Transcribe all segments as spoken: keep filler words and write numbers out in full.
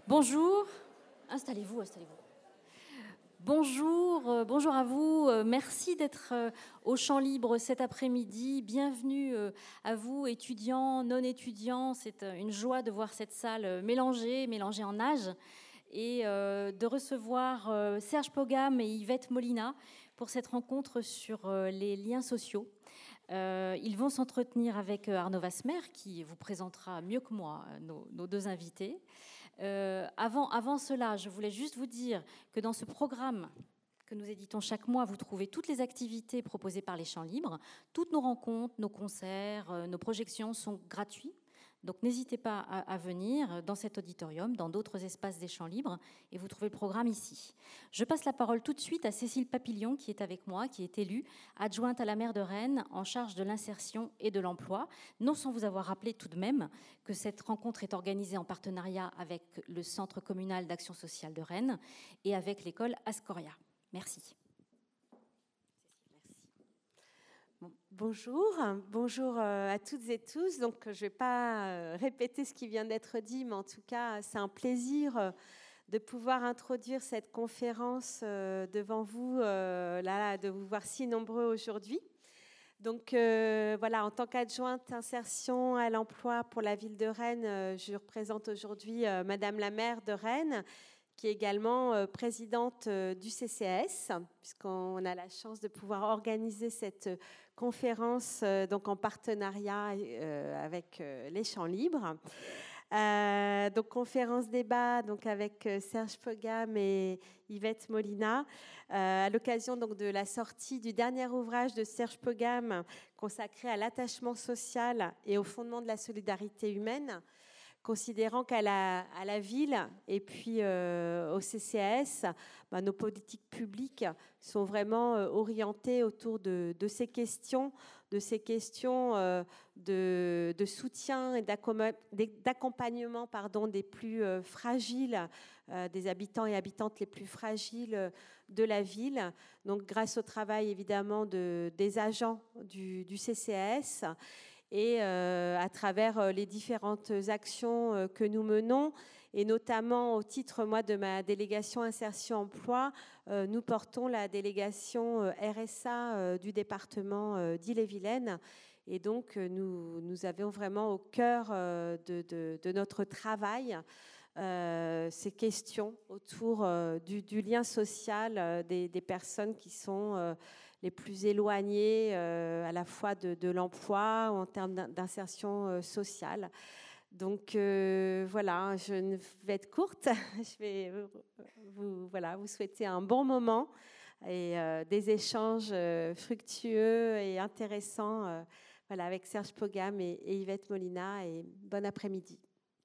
Bonjour, installez-vous, installez-vous. Bonjour, euh, bonjour à vous. Euh, merci d'être euh, au Champ Libre cet après-midi. Bienvenue euh, à vous, étudiants, non-étudiants. C'est euh, une joie de voir cette salle euh, mélangée, mélangée en âge, et euh, de recevoir euh, Serge Pogam et Yvette Molina pour cette rencontre sur euh, les liens sociaux. Euh, ils vont s'entretenir avec euh, Arnaud Vasmer, qui vous présentera mieux que moi euh, nos, nos deux invités. Euh, avant, avant cela, je voulais juste vous dire que dans ce programme que nous éditons chaque mois, vous trouvez toutes les activités proposées par les Champs Libres. Toutes nos rencontres, nos concerts, euh, nos projections sont gratuits. Donc n'hésitez pas à, à venir dans cet auditorium, dans d'autres espaces des Champs Libres, et vous trouvez le programme ici. Je passe la parole tout de suite à Cécile Papillon, qui est avec moi, qui est élue adjointe à la maire de Rennes, en charge de l'insertion et de l'emploi. Non sans vous avoir rappelé tout de même que cette rencontre est organisée en partenariat avec le Centre communal d'action sociale de Rennes et avec l'école Ascoria. Merci. Bonjour, bonjour à toutes et tous. Donc, je ne vais pas répéter ce qui vient d'être dit, mais en tout cas, c'est un plaisir de pouvoir introduire cette conférence devant vous, là, de vous voir si nombreux aujourd'hui. Donc, euh, voilà, en tant qu'adjointe insertion à l'emploi pour la ville de Rennes, je représente aujourd'hui euh, Madame la maire de Rennes, qui est également euh, présidente euh, du C C S, puisqu'on a la chance de pouvoir organiser cette conférence euh, donc en partenariat euh, avec euh, les Champs Libres. Euh, donc conférence débat donc avec euh, Serge Pogam et Yvette Molina euh, à l'occasion donc de la sortie du dernier ouvrage de Serge Pogam consacré à l'attachement social et au fondement de la solidarité humaine, considérant qu'à la, à la ville et puis euh, au C C S, ben, nos politiques publiques sont vraiment euh, orientées autour de, de ces questions, de ces questions euh, de, de soutien et d'accompagnement pardon, des plus euh, fragiles, euh, des habitants et habitantes les plus fragiles de la ville. Donc grâce au travail évidemment de, des agents du, du C C S, et euh, à travers les différentes actions que nous menons, et notamment au titre moi, de ma délégation Insertion Emploi, euh, nous portons la délégation R S A euh, du département d'Ille-et-Vilaine. Et donc, nous, nous avons vraiment au cœur euh, de, de, de notre travail euh, ces questions autour euh, du, du lien social euh, des, des personnes qui sont euh, les plus éloignées euh, à la fois de, de l'emploi ou en termes d'insertion euh, sociale. Donc euh, voilà, je ne vais être courte. Je vais vous, voilà, vous souhaiter un bon moment et euh, des échanges euh, fructueux et intéressants euh, voilà, avec Serge Pogam et, et Yvette Molina. Et bon après-midi.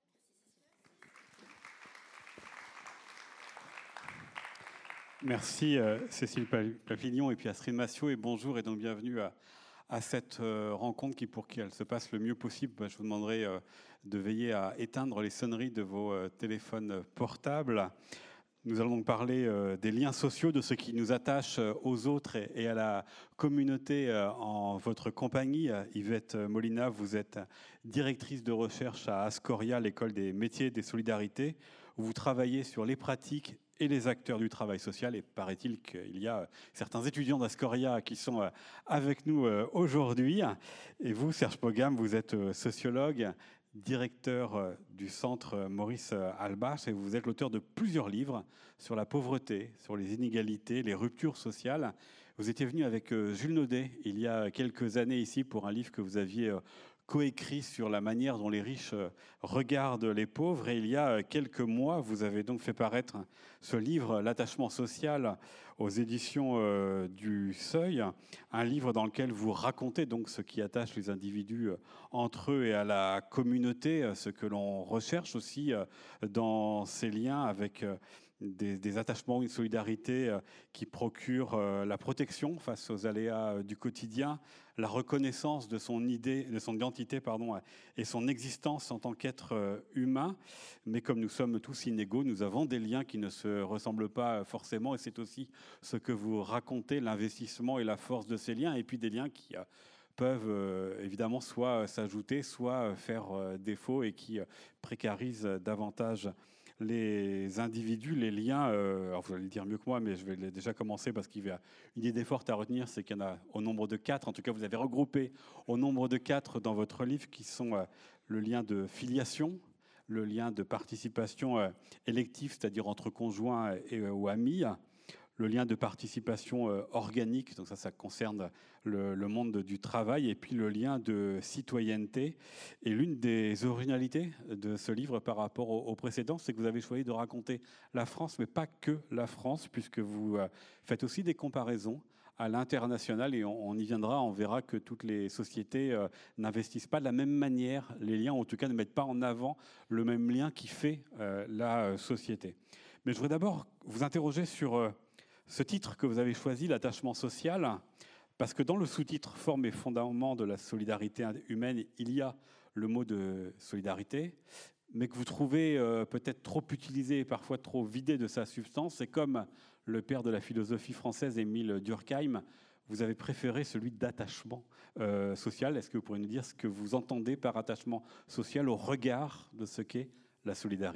Merci euh, Cécile Papillon et puis Astrid Massiot, et bonjour et donc bienvenue à, à cette euh, rencontre qui, pour qu'elle se passe le mieux possible, bah, je vous demanderai euh, de veiller à éteindre les sonneries de vos euh, téléphones portables. Nous allons donc parler euh, des liens sociaux, de ce qui nous attache euh, aux autres et, et à la communauté euh, en votre compagnie. Yvette Molina, vous êtes directrice de recherche à Ascoria, l'école des métiers et des solidarités, où vous travaillez sur les pratiques et les acteurs du travail social. Et paraît-il qu'il y a certains étudiants d'Ascoria qui sont avec nous aujourd'hui. Et vous, Serge Pogam, vous êtes sociologue, directeur du centre Maurice Halbach, et vous êtes l'auteur de plusieurs livres sur la pauvreté, sur les inégalités, les ruptures sociales. Vous étiez venu avec Jules Naudet il y a quelques années ici pour un livre que vous aviez coécrit sur la manière dont les riches regardent les pauvres. Et il y a quelques mois, vous avez donc fait paraître ce livre, L'attachement social, aux éditions euh, du Seuil, un livre dans lequel vous racontez donc ce qui attache les individus entre eux et à la communauté, ce que l'on recherche aussi dans ces liens avec Des, des attachements, une solidarité qui procure la protection face aux aléas du quotidien, la reconnaissance de son idée, de son identité, pardon, et son existence en tant qu'être humain. Mais comme nous sommes tous inégaux, nous avons des liens qui ne se ressemblent pas forcément, et c'est aussi ce que vous racontez, l'investissement et la force de ces liens, et puis des liens qui peuvent évidemment soit s'ajouter, soit faire défaut et qui précarisent davantage les individus, les liens, euh, alors vous allez le dire mieux que moi, mais je vais déjà commencer parce qu'il y a une idée forte à retenir, c'est qu'il y en a au nombre de quatre, en tout cas vous avez regroupé au nombre de quatre dans votre livre, qui sont euh, le lien de filiation, le lien de participation euh, élective, c'est-à-dire entre conjoints et, euh, ou amis, le lien de participation euh, organique, donc ça, ça concerne le, le monde du travail, et puis le lien de citoyenneté. Et l'une des originalités de ce livre par rapport au, au précédent, c'est que vous avez choisi de raconter la France, mais pas que la France, puisque vous euh, faites aussi des comparaisons à l'international, et on, on y viendra, on verra que toutes les sociétés euh, n'investissent pas de la même manière les liens, ou en tout cas ne mettent pas en avant le même lien qui fait euh, la euh, société. Mais je voudrais d'abord vous interroger sur euh, ce titre que vous avez choisi, l'attachement social, parce que dans le sous-titre « Forme et fondement de la solidarité humaine », il y a le mot de solidarité, mais que vous trouvez euh, peut-être trop utilisé et parfois trop vidé de sa substance. Et comme le père de la philosophie française, Émile Durkheim, vous avez préféré celui d'attachement euh, social. Est-ce que vous pourriez nous dire ce que vous entendez par attachement social au regard de ce qu'est la solidarité ?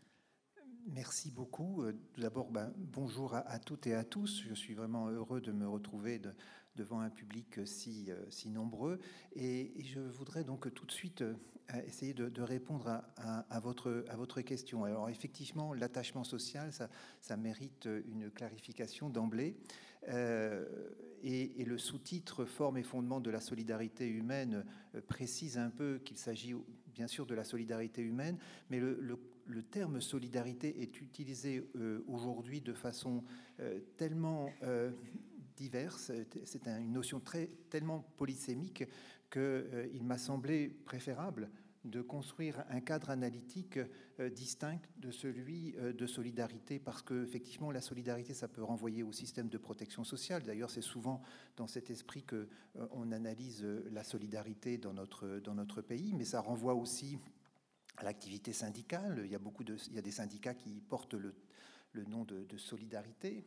Merci beaucoup. Tout d'abord, ben, bonjour à, à toutes et à tous. Je suis vraiment heureux de me retrouver de, devant un public si, si nombreux. Et, et je voudrais donc tout de suite euh, essayer de, de répondre à, à, à, votre, à votre question. Alors effectivement, l'attachement social, ça, ça mérite une clarification d'emblée. Euh, et, et le sous-titre « Forme et fondement de la solidarité humaine » précise un peu qu'il s'agit bien sûr de la solidarité humaine, mais le, le Le terme solidarité est utilisé euh, aujourd'hui de façon euh, tellement euh, diverse, c'est une notion très, tellement polysémique qu'il euh, m'a semblé préférable de construire un cadre analytique euh, distinct de celui euh, de solidarité, parce que effectivement la solidarité, ça peut renvoyer au système de protection sociale. D'ailleurs, c'est souvent dans cet esprit que euh, on analyse la solidarité dans notre, dans notre pays, mais ça renvoie aussi à l'activité syndicale. Il y a beaucoup de, il y a des syndicats qui portent le, le nom de, de solidarité.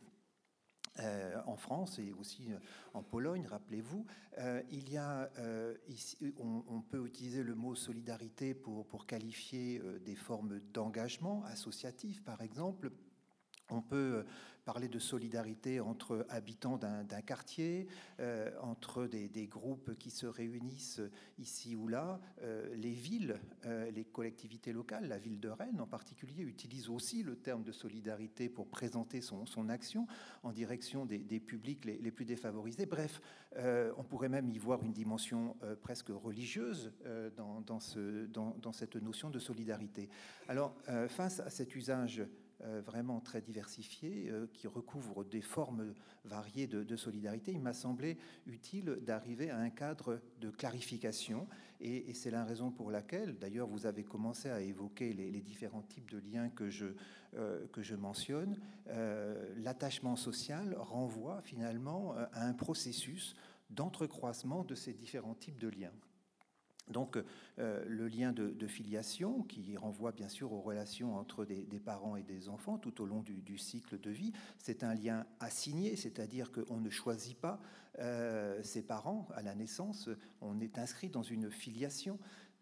Euh, en France et aussi en Pologne, rappelez-vous, euh, il y a euh, ici, on, on peut utiliser le mot solidarité pour, pour qualifier euh, des formes d'engagement associatif, par exemple. On peut parler de solidarité entre habitants d'un, d'un quartier, euh, entre des, des groupes qui se réunissent ici ou là. Euh, les villes, euh, les collectivités locales, la ville de Rennes en particulier, utilise aussi le terme de solidarité pour présenter son, son action en direction des, des publics les, les plus défavorisés. Bref, euh, on pourrait même y voir une dimension euh, presque religieuse euh, dans, dans, ce, dans, dans cette notion de solidarité. Alors, euh, face à cet usage Euh, vraiment très diversifié, euh, qui recouvre des formes variées de, de solidarité, il m'a semblé utile d'arriver à un cadre de clarification, et, et c'est la raison pour laquelle, d'ailleurs, vous avez commencé à évoquer les, les différents types de liens que je, euh, que je mentionne. Euh, l'attachement social renvoie finalement à un processus d'entrecroisement de ces différents types de liens. Donc, euh, le lien de, de filiation, qui renvoie bien sûr aux relations entre des, des parents et des enfants tout au long du, du cycle de vie, c'est un lien assigné, c'est-à-dire qu'on ne choisit pas euh, ses parents à la naissance, on est inscrit dans une filiation.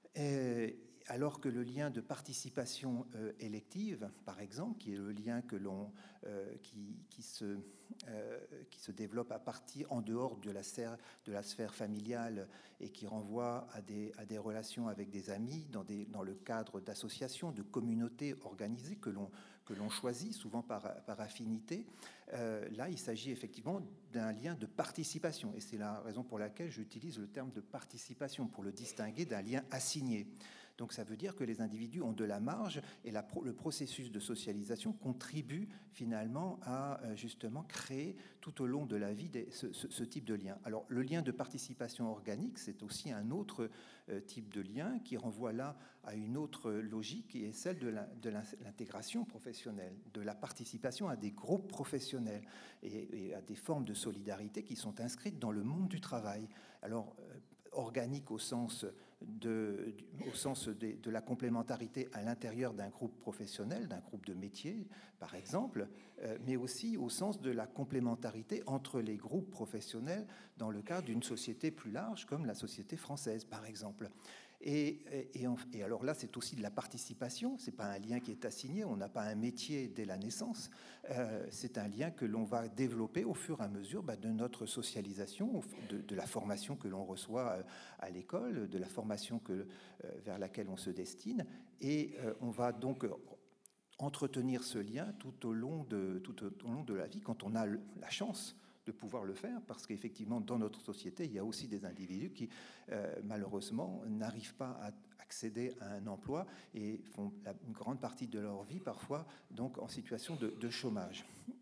Et, alors que le lien de participation euh, élective, par exemple, qui est le lien que l'on, euh, qui, qui, se, euh, qui se développe à partir, en dehors de la, sphère, de la sphère familiale et qui renvoie à des, à des relations avec des amis dans, des, dans le cadre d'associations, de communautés organisées que l'on, que l'on choisit, souvent par, par affinité, euh, là, il s'agit effectivement d'un lien de participation. Et c'est la raison pour laquelle j'utilise le terme de participation, pour le distinguer d'un lien assigné. Donc ça veut dire que les individus ont de la marge et la, le processus de socialisation contribue finalement à euh, justement créer tout au long de la vie des, ce, ce, ce type de lien. Alors le lien de participation organique, c'est aussi un autre euh, type de lien qui renvoie là à une autre logique qui est celle de, la, de l'intégration professionnelle, de la participation à des groupes professionnels et, et à des formes de solidarité qui sont inscrites dans le monde du travail. Alors euh, organique au sens de, au sens de, de la complémentarité à l'intérieur d'un groupe professionnel, d'un groupe de métier, par exemple, euh, mais aussi au sens de la complémentarité entre les groupes professionnels dans le cadre d'une société plus large, comme la société française, par exemple. Et, et, et alors là, c'est aussi de la participation. C'est pas un lien qui est assigné. On n'a pas un métier dès la naissance. Euh, c'est un lien que l'on va développer au fur et à mesure bah, de notre socialisation, de, de la formation que l'on reçoit à l'école, de la formation que, euh, vers laquelle on se destine. Et euh, on va donc entretenir ce lien tout au long de, tout au long de la vie, quand on a la chance de pouvoir le faire, parce qu'effectivement, dans notre société, il y a aussi des individus qui, euh, malheureusement, n'arrivent pas à accéder à un emploi et font la, une grande partie de leur vie, parfois, donc en situation de, de chômage.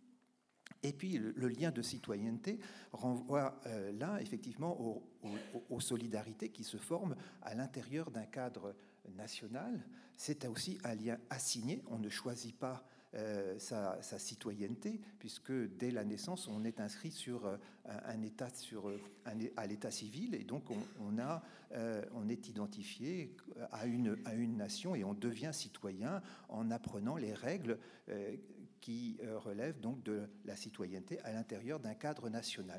Et puis, le, le lien de citoyenneté renvoie euh, là, effectivement, aux, aux, aux solidarités qui se forment à l'intérieur d'un cadre national. C'est aussi un lien assigné. On ne choisit pas euh, sa, sa citoyenneté, puisque dès la naissance, on est inscrit sur euh, un, un état, sur, un, à l'état civil, et donc on, on, a, euh, on est identifié à une, à une nation, et on devient citoyen en apprenant les règles euh, qui euh, relèvent donc de la citoyenneté à l'intérieur d'un cadre national.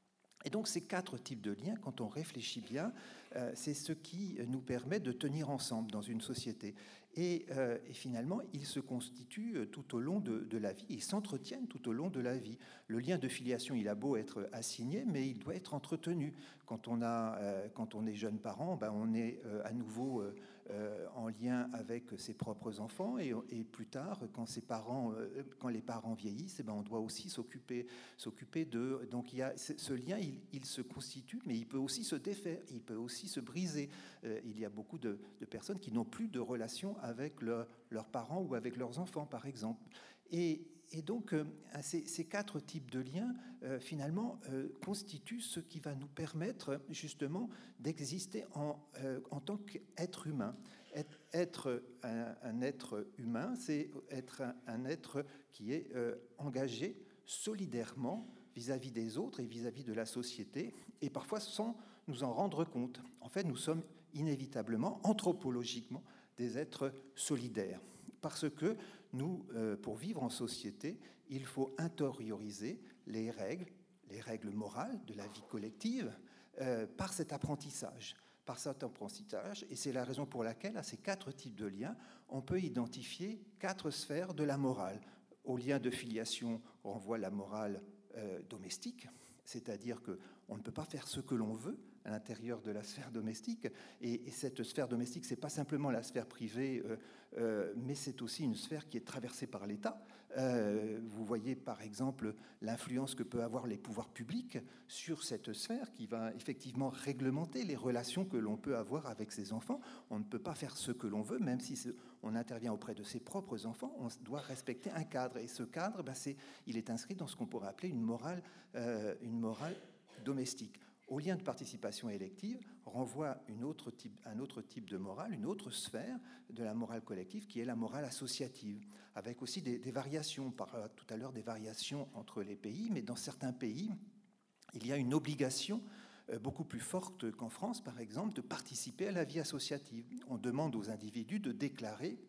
Et donc ces quatre types de liens, quand on réfléchit bien, euh, c'est ce qui nous permet de tenir ensemble dans une société. Et, euh, et finalement, ils se constituent tout au long de, de la vie, ils s'entretiennent tout au long de la vie. Le lien de filiation, il a beau être assigné, mais il doit être entretenu. Quand on, a, euh, quand on est jeune parent, ben on est euh, à nouveau euh, euh, en lien avec ses propres enfants, et, et plus tard, quand, ses parents, euh, quand les parents vieillissent, ben on doit aussi s'occuper, s'occuper d'eux. Donc il y a ce lien, il, il se constitue, mais il peut aussi se défaire, il peut aussi se briser. Euh, il y a beaucoup de, de personnes qui n'ont plus de relation avec le, leurs parents ou avec leurs enfants, par exemple. Et, et donc, euh, ces, ces quatre types de liens, euh, finalement, euh, constituent ce qui va nous permettre, justement, d'exister en, euh, en tant qu'être humain. Être, être un, un être humain, c'est être un, un être qui est euh, engagé solidairement vis-à-vis des autres et vis-à-vis de la société, et parfois sans nous en rendre compte. En fait, nous sommes inévitablement, anthropologiquement, des êtres solidaires. Parce que nous, euh, pour vivre en société, il faut intérioriser les règles, les règles morales de la vie collective euh, par cet apprentissage. Par cet apprentissage, et c'est la raison pour laquelle, à ces quatre types de liens, on peut identifier quatre sphères de la morale. Au lien de filiation renvoie la morale euh, domestique, c'est-à-dire qu'on ne peut pas faire ce que l'on veut à l'intérieur de la sphère domestique. Et, et cette sphère domestique, ce n'est pas simplement la sphère privée, euh, euh, mais c'est aussi une sphère qui est traversée par l'État. Euh, vous voyez par exemple l'influence que peuvent avoir les pouvoirs publics sur cette sphère qui va effectivement réglementer les relations que l'on peut avoir avec ses enfants. On ne peut pas faire ce que l'on veut, même si on intervient auprès de ses propres enfants, on doit respecter un cadre. Et ce cadre, ben c'est, il est inscrit dans ce qu'on pourrait appeler une morale, euh, une morale domestique. Au lien de participation élective renvoie une autre type, un autre type de morale, une autre sphère de la morale collective qui est la morale associative, avec aussi des, des variations. On parlait tout à l'heure des variations entre les pays, mais dans certains pays, il y a une obligation beaucoup plus forte qu'en France, par exemple, de participer à la vie associative. On demande aux individus de déclarer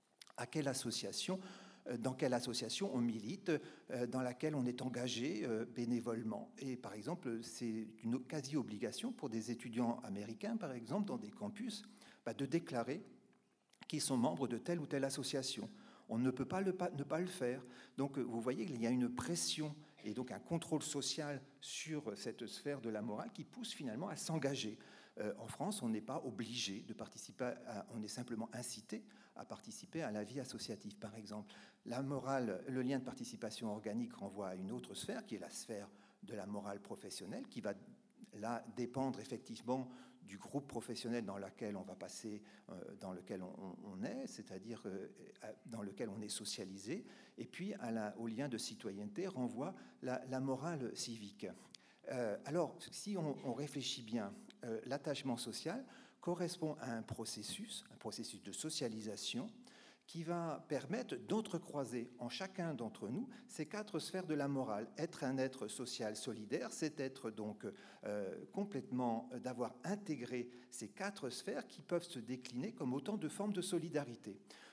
à quelle association dans quelle association on milite, dans laquelle on est engagé bénévolement. Et par exemple, c'est une quasi-obligation pour des étudiants américains, par exemple, dans des campus, bah, de déclarer qu'ils sont membres de telle ou telle association. On ne peut pas le, pas, ne pas le faire. Donc, vous voyez qu'il y a une pression et donc un contrôle social sur cette sphère de la morale qui pousse finalement à s'engager. Euh, en France, on n'est pas obligé de participer, à, on est simplement incité à participer à la vie associative, par exemple. La morale, le lien de participation organique renvoie à une autre sphère, qui est la sphère de la morale professionnelle, qui va là dépendre effectivement du groupe professionnel dans lequel on va passer, euh, dans lequel on, on est, c'est-à-dire euh, dans lequel on est socialisé, et puis à la, au lien de citoyenneté renvoie la, la morale civique. Euh, alors, si on, on réfléchit bien, euh, l'attachement social correspond à un processus, un processus de socialisation qui va permettre d'entrecroiser en chacun d'entre nous ces quatre sphères de la morale. Être un être social solidaire, c'est être donc euh, complètement, euh, d'avoir intégré ces quatre sphères qui peuvent se décliner comme autant de formes de solidarité.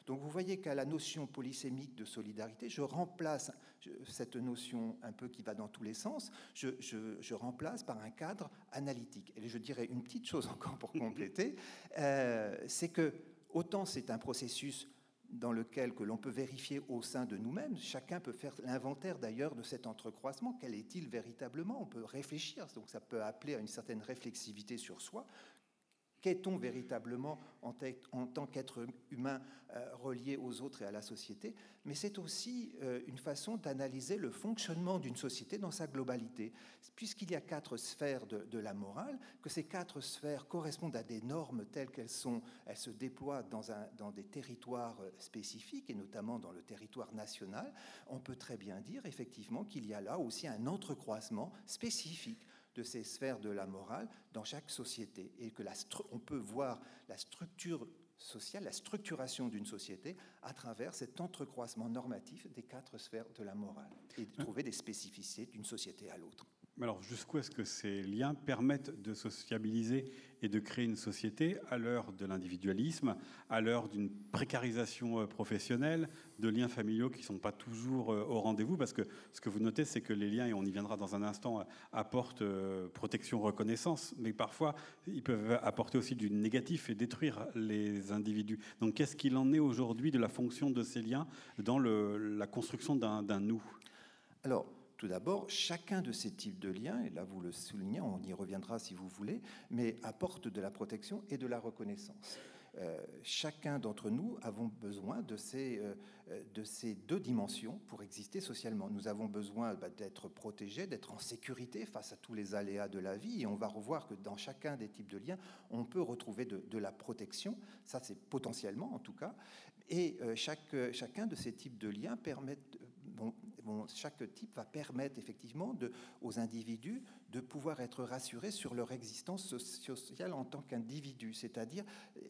Donc vous voyez qu'à la notion polysémique de solidarité, je remplace je, cette notion un peu qui va dans tous les sens, je, je, je remplace par un cadre analytique. Et je dirais une petite chose encore pour compléter, euh, c'est que autant c'est un processus dans lequel que l'on peut vérifier au sein de nous-mêmes. Chacun peut faire l'inventaire d'ailleurs de cet entrecroisement. Quel est-il véritablement? On peut réfléchir, donc ça peut appeler à une certaine réflexivité sur soi. Qu'est-on véritablement en, en tant qu'être humain euh, relié aux autres et à la société? Mais c'est aussi euh, une façon d'analyser le fonctionnement d'une société dans sa globalité. Puisqu'il y a quatre sphères de, de la morale, que ces quatre sphères correspondent à des normes telles qu'elles sont, elles se déploient dans, un, dans des territoires spécifiques, et notamment dans le territoire national, on peut très bien dire effectivement qu'il y a là aussi un entrecroisement spécifique de ces sphères de la morale dans chaque société, et que la stru- on peut voir la structure sociale, la structuration d'une société à travers cet entrecroisement normatif des quatre sphères de la morale, et de trouver des spécificités d'une société à l'autre. Alors, jusqu'où est-ce que ces liens permettent de sociabiliser et de créer une société à l'heure de l'individualisme, à l'heure d'une précarisation professionnelle, de liens familiaux qui ne sont pas toujours au rendez-vous? Parce que ce que vous notez, c'est que les liens, et on y viendra dans un instant, apportent protection, reconnaissance, mais parfois, ils peuvent apporter aussi du négatif et détruire les individus. Donc, qu'est-ce qu'il en est aujourd'hui de la fonction de ces liens dans le, la construction d'un, d'un nous? Alors, tout d'abord, chacun de ces types de liens, et là vous le soulignez, on y reviendra si vous voulez, mais apporte de la protection et de la reconnaissance. Euh, chacun d'entre nous avons besoin de ces, euh, de ces deux dimensions pour exister socialement. Nous avons besoin bah, d'être protégés, d'être en sécurité face à tous les aléas de la vie, et on va revoir que dans chacun des types de liens, on peut retrouver de, de la protection, ça c'est potentiellement en tout cas, et euh, chaque, chacun de ces types de liens permettent... Bon, bon, chaque type va permettre effectivement de, aux individus de pouvoir être rassurés sur leur existence sociale en tant qu'individu, c'est-à-dire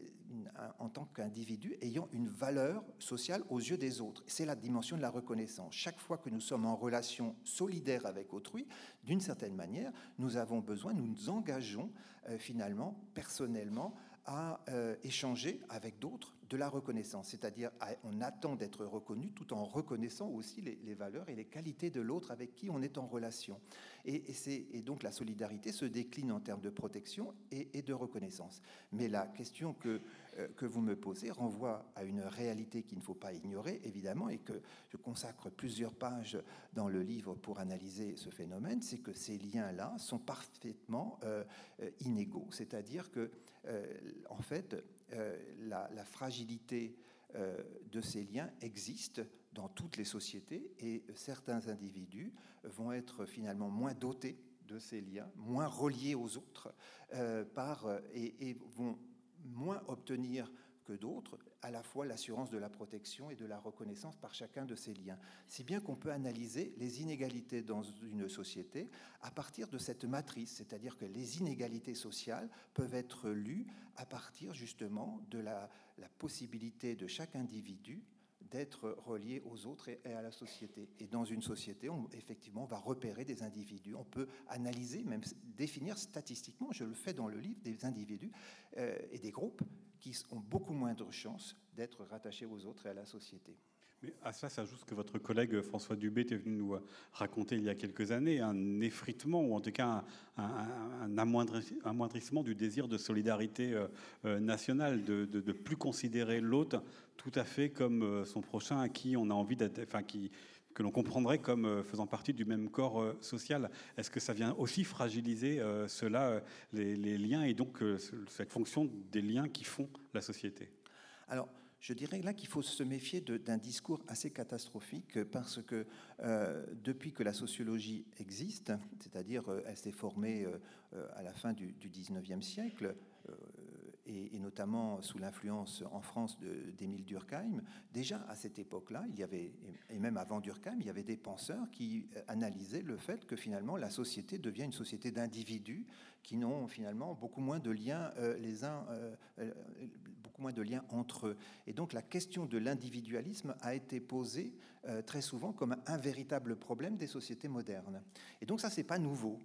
en tant qu'individu ayant une valeur sociale aux yeux des autres. C'est la dimension de la reconnaissance. Chaque fois que nous sommes en relation solidaire avec autrui, d'une certaine manière, nous avons besoin, nous nous engageons euh, finalement, personnellement, à euh, échanger avec d'autres de la reconnaissance, c'est-à-dire à, on attend d'être reconnu tout en reconnaissant aussi les, les valeurs et les qualités de l'autre avec qui on est en relation. Et, et, c'est, et donc la solidarité se décline en termes de protection et, et de reconnaissance. Mais la question que, euh, que vous me posez renvoie à une réalité qu'il ne faut pas ignorer, évidemment, et que je consacre plusieurs pages dans le livre pour analyser ce phénomène, c'est que ces liens-là sont parfaitement euh, inégaux, c'est-à-dire que euh, en fait, euh, la, la fragilité euh, de ces liens existe dans toutes les sociétés, et certains individus vont être finalement moins dotés de ces liens, moins reliés aux autres, euh, par, et, et vont moins obtenir que d'autres à la fois l'assurance de la protection et de la reconnaissance par chacun de ces liens. Si bien qu'on peut analyser les inégalités dans une société à partir de cette matrice, c'est-à-dire que les inégalités sociales peuvent être lues à partir justement de la, la possibilité de chaque individu d'être relié aux autres et à la société. Et dans une société, on, effectivement, on va repérer des individus. On peut analyser, même définir statistiquement, je le fais dans le livre, des individus euh, et des groupes qui ont beaucoup moins de chances d'être rattachés aux autres et à la société. Mais à ça s'ajoute ce que votre collègue François Dubé est venu nous raconter il y a quelques années, un effritement, ou en tout cas un, un, un amoindrissement du désir de solidarité euh, nationale, de, de, de plus considérer l'autre tout à fait comme son prochain à qui on a envie d'être, enfin qui que l'on comprendrait comme faisant partie du même corps euh, social. Est-ce que ça vient aussi fragiliser euh, cela, euh, les, les liens, et donc euh, cette fonction des liens qui font la société? Alors, je dirais là qu'il faut se méfier de, d'un discours assez catastrophique, parce que euh, depuis que la sociologie existe, c'est-à-dire euh, elle s'est formée euh, à la fin du, du dix-neuvième siècle, euh, et, et notamment sous l'influence en France de, d'Émile Durkheim, déjà à cette époque-là, il y avait, et même avant Durkheim, il y avait des penseurs qui analysaient le fait que finalement la société devient une société d'individus qui n'ont finalement beaucoup moins de liens euh, les uns, euh, euh, beaucoup moins de liens entre eux. Et donc la question de l'individualisme a été posée euh, très souvent comme un véritable problème des sociétés modernes. Et donc ça, c'est pas nouveau.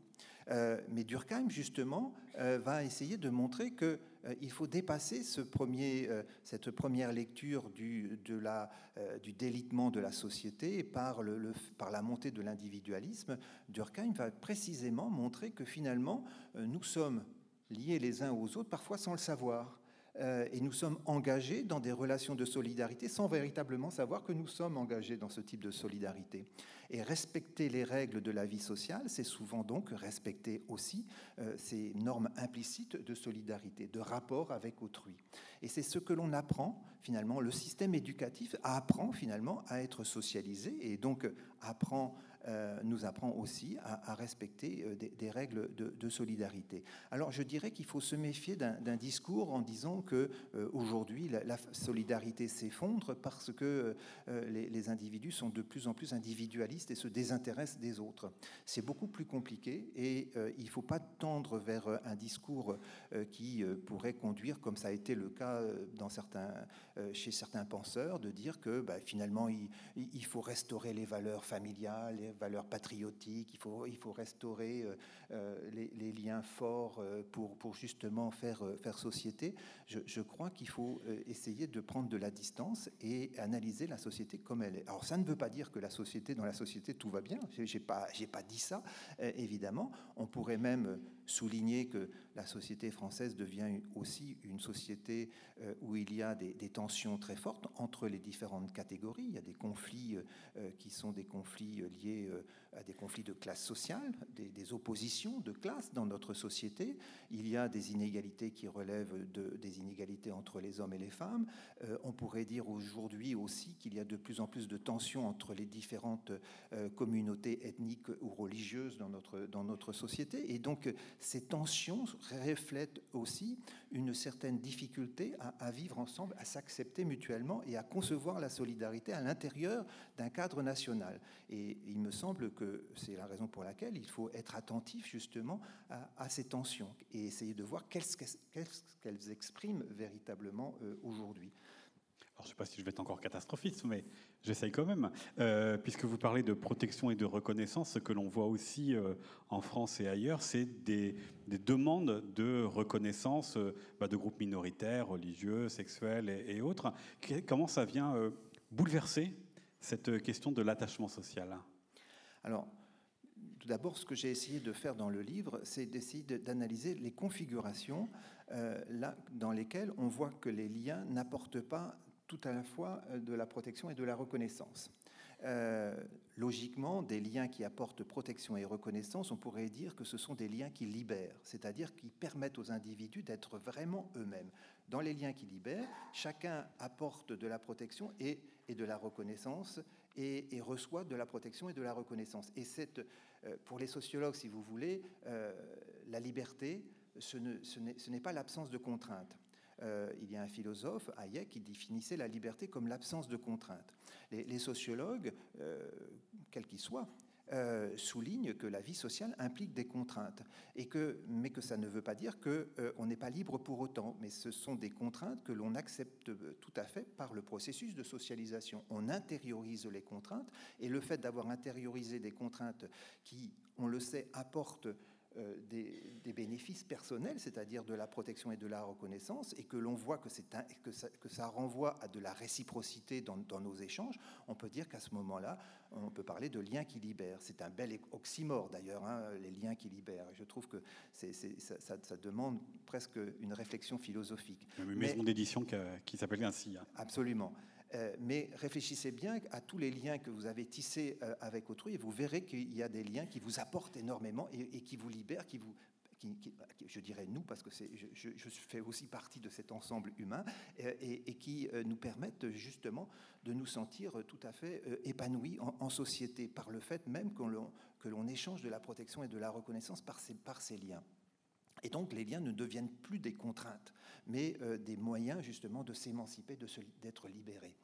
Euh, mais Durkheim, justement, euh, va essayer de montrer qu'il euh, faut dépasser ce premier, euh, cette première lecture du, de la, euh, du délitement de la société par, le, le, par la montée de l'individualisme. Durkheim va précisément montrer que finalement, euh, nous sommes liés les uns aux autres, parfois sans le savoir. Euh, et nous sommes engagés dans des relations de solidarité sans véritablement savoir que nous sommes engagés dans ce type de solidarité. Et respecter les règles de la vie sociale, c'est souvent donc respecter aussi euh, ces normes implicites de solidarité, de rapport avec autrui. Et c'est ce que l'on apprend, finalement, le système éducatif apprend finalement à être socialisé et donc apprend Euh, nous apprend aussi à, à respecter euh, des, des règles de, de solidarité. Alors je dirais qu'il faut se méfier d'un, d'un discours en disant que euh, aujourd'hui la, la solidarité s'effondre parce que euh, les, les individus sont de plus en plus individualistes et se désintéressent des autres. C'est beaucoup plus compliqué et euh, il ne faut pas tendre vers un discours euh, qui euh, pourrait conduire, comme ça a été le cas dans certains, euh, chez certains penseurs, de dire que bah, finalement il, il faut restaurer les valeurs familiales, les valeurs patriotiques, il faut, il faut restaurer euh, les, les liens forts euh, pour, pour justement faire, euh, faire société. Je, je crois qu'il faut euh, essayer de prendre de la distance et analyser la société comme elle est. Alors ça ne veut pas dire que la société, dans la société, tout va bien. J'ai, j'ai pas, j'ai pas dit ça, euh, évidemment. On pourrait même souligner que la société française devient aussi une société euh, où il y a des, des tensions très fortes entre les différentes catégories. Il y a des conflits euh, qui sont des conflits liés euh, à des conflits de classe sociale, des, des oppositions de classe dans notre société. Il y a des inégalités qui relèvent de, des inégalités entre les hommes et les femmes. Euh, on pourrait dire aujourd'hui aussi qu'il y a de plus en plus de tensions entre les différentes euh, communautés ethniques ou religieuses dans notre, dans notre société. Et donc, ces tensions reflètent aussi une certaine difficulté à, à vivre ensemble, à s'accepter mutuellement et à concevoir la solidarité à l'intérieur d'un cadre national. Et il me semble que c'est la raison pour laquelle il faut être attentif justement à, à ces tensions et essayer de voir qu'est-ce qu'elles expriment véritablement euh, aujourd'hui. Alors, je ne sais pas si je vais être encore catastrophiste, mais j'essaye quand même. Euh, puisque vous parlez de protection et de reconnaissance, ce que l'on voit aussi euh, en France et ailleurs, c'est des, des demandes de reconnaissance euh, bah, de groupes minoritaires, religieux, sexuels et, et autres. Comment ça vient euh, bouleverser cette question de l'attachement social ? Alors, tout d'abord, ce que j'ai essayé de faire dans le livre, c'est d'essayer d'analyser les configurations euh, là, dans lesquelles on voit que les liens n'apportent pas tout à la fois de la protection et de la reconnaissance. Euh, logiquement, des liens qui apportent protection et reconnaissance, on pourrait dire que ce sont des liens qui libèrent, c'est-à-dire qui permettent aux individus d'être vraiment eux-mêmes. Dans les liens qui libèrent, chacun apporte de la protection et, et de la reconnaissance et, et reçoit de la protection et de la reconnaissance. Et cette, euh, pour les sociologues, si vous voulez, euh, la liberté, ce, ne, ce, n'est, ce n'est pas l'absence de contraintes. Euh, il y a un philosophe, Hayek, qui définissait la liberté comme l'absence de contraintes. Les, les sociologues, euh, quels qu'ils soient, euh, soulignent que la vie sociale implique des contraintes, et que, mais que ça ne veut pas dire qu'on euh, n'est pas libre pour autant, mais ce sont des contraintes que l'on accepte tout à fait par le processus de socialisation. On intériorise les contraintes, et le fait d'avoir intériorisé des contraintes qui, on le sait, apportent Euh, des, des bénéfices personnels, c'est-à-dire de la protection et de la reconnaissance, et que l'on voit que, c'est un, que, ça, que ça renvoie à de la réciprocité dans, dans nos échanges, on peut dire qu'à ce moment-là, on peut parler de liens qui libèrent. C'est un bel oxymore d'ailleurs, hein, les liens qui libèrent. Je trouve que c'est, c'est, ça, ça, ça demande presque une réflexion philosophique. Il y a une maison Mais, d'édition qui, qui s'appelle ainsi. Hein. Absolument. Euh, mais réfléchissez bien à tous les liens que vous avez tissés euh, avec autrui et vous verrez qu'il y a des liens qui vous apportent énormément et, et qui vous libèrent, qui vous, qui, qui, je dirais nous, parce que c'est, je, je, je fais aussi partie de cet ensemble humain, et, et, et qui euh, nous permettent justement de nous sentir tout à fait euh, épanouis en, en société, par le fait même que l'on, que l'on échange de la protection et de la reconnaissance par ces, par ces liens. Et donc les liens ne deviennent plus des contraintes, mais euh, des moyens justement de s'émanciper, de se, d'être libéré.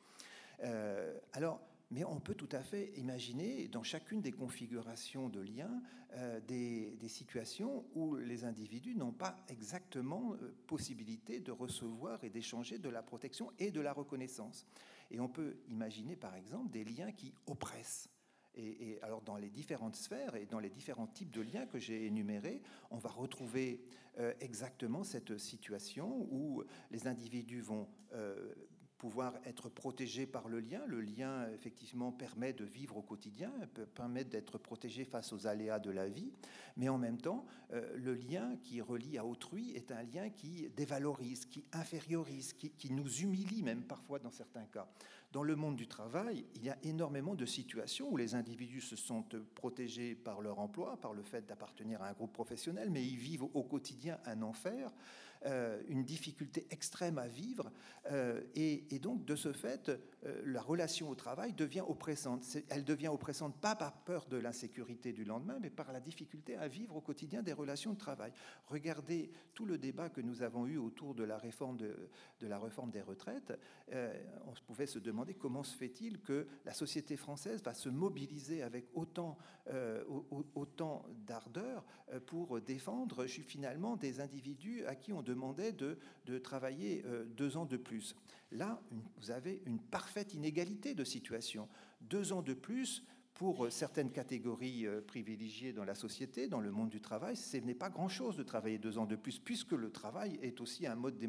Euh, alors, mais on peut tout à fait imaginer dans chacune des configurations de liens euh, des, des situations où les individus n'ont pas exactement euh, possibilité de recevoir et d'échanger de la protection et de la reconnaissance. Et on peut imaginer par exemple des liens qui oppressent. Et, et alors dans les différentes sphères et dans les différents types de liens que j'ai énumérés, on va retrouver euh, exactement cette situation où les individus vont euh, pouvoir être protégés par le lien. Le lien, effectivement, permet de vivre au quotidien, peut permettre d'être protégé face aux aléas de la vie, mais en même temps, euh, le lien qui relie à autrui est un lien qui dévalorise, qui infériorise, qui, qui nous humilie même parfois dans certains cas. Dans le monde du travail, il y a énormément de situations où les individus se sentent protégés par leur emploi, par le fait d'appartenir à un groupe professionnel, mais ils vivent au quotidien un enfer, euh, une difficulté extrême à vivre, euh, et, et donc de ce fait, euh, la relation au travail devient oppressante. C'est, elle devient oppressante pas par peur de l'insécurité du lendemain, mais par la difficulté à vivre au quotidien des relations de travail. Regardez tout le débat que nous avons eu autour de la réforme, de, de la réforme des retraites. Euh, on pouvait se demander comment se fait-il que la société française va se mobiliser avec autant, euh, autant d'ardeur pour défendre finalement des individus à qui on demandait de, de travailler euh, deux ans de plus. Là, une, vous avez une parfaite inégalité de situation. Deux ans de plus pour certaines catégories privilégiées dans la société, dans le monde du travail, ce n'est pas grand-chose de travailler deux ans de plus, puisque le travail est aussi un mode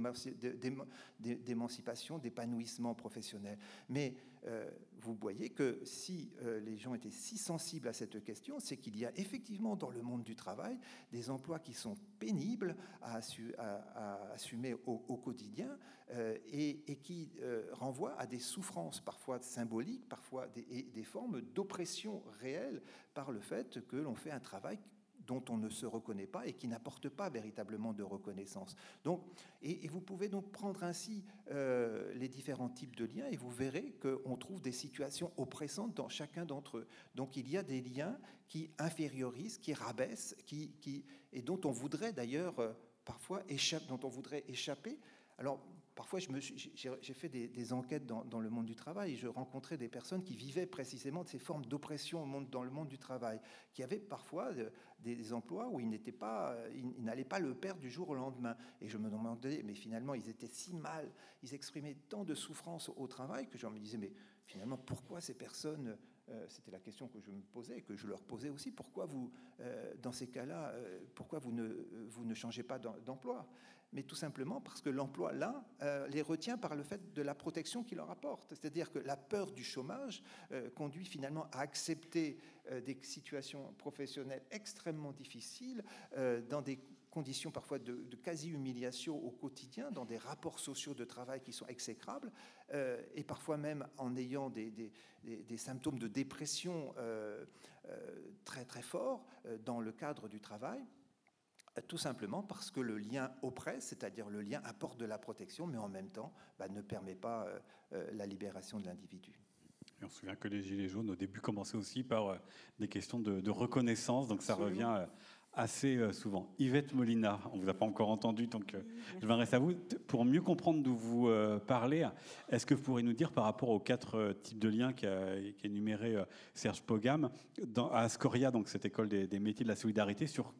d'émancipation, d'épanouissement professionnel. Mais euh, vous voyez que si euh, les gens étaient si sensibles à cette question, c'est qu'il y a effectivement dans le monde du travail des emplois qui sont pénibles à, assu à, à assumer au, au quotidien euh, et, et qui euh, renvoient à des souffrances parfois symboliques, parfois des, et des formes d'oppression réelle par le fait que l'on fait un travail dont on ne se reconnaît pas et qui n'apporte pas véritablement de reconnaissance. Donc, et, et vous pouvez donc prendre ainsi euh, les différents types de liens et vous verrez qu'on trouve des situations oppressantes dans chacun d'entre eux. Donc il y a des liens qui infériorisent, qui rabaissent, qui, qui, et dont on voudrait d'ailleurs euh, parfois échapper, dont on voudrait échapper. Alors, parfois, je me suis, j'ai, j'ai fait des, des enquêtes dans, dans le monde du travail et je rencontrais des personnes qui vivaient précisément de ces formes d'oppression au monde, dans le monde du travail, qui avaient parfois des, des emplois où ils n'étaient pas, ils, ils n'allaient pas le perdre du jour au lendemain. Et je me demandais, mais finalement, ils étaient si mal, ils exprimaient tant de souffrance au travail que je me disais, mais finalement, pourquoi ces personnes... Euh, c'était la question que je me posais et que je leur posais aussi. Pourquoi vous, euh, dans ces cas-là, euh, pourquoi vous ne, vous ne changez pas d'emploi ? Mais tout simplement parce que l'emploi, là, euh, les retient par le fait de la protection qu'il leur apporte. C'est-à-dire que la peur du chômage euh, conduit finalement à accepter euh, des situations professionnelles extrêmement difficiles, euh, dans des conditions parfois de, de quasi-humiliation au quotidien, dans des rapports sociaux de travail qui sont exécrables, euh, et parfois même en ayant des, des, des, des symptômes de dépression euh, euh, très très forts euh, dans le cadre du travail. Tout simplement parce que le lien oppresse, c'est-à-dire le lien apporte de la protection, mais en même temps bah, ne permet pas euh, euh, la libération de l'individu. Et on se souvient que les Gilets jaunes, au début, commençaient aussi par euh, des questions de, de reconnaissance, donc ça Absolument. revient euh, assez euh, souvent. Yvette Molina, on ne vous a pas encore entendu, donc euh, je m'adresse à vous. Pour mieux comprendre d'où vous euh, parlez, est-ce que vous pourriez nous dire, par rapport aux quatre euh, types de liens qu'a qu énuméré euh, Serge Pogam, dans, à Scoria, donc cette école des, des métiers de la solidarité, sur...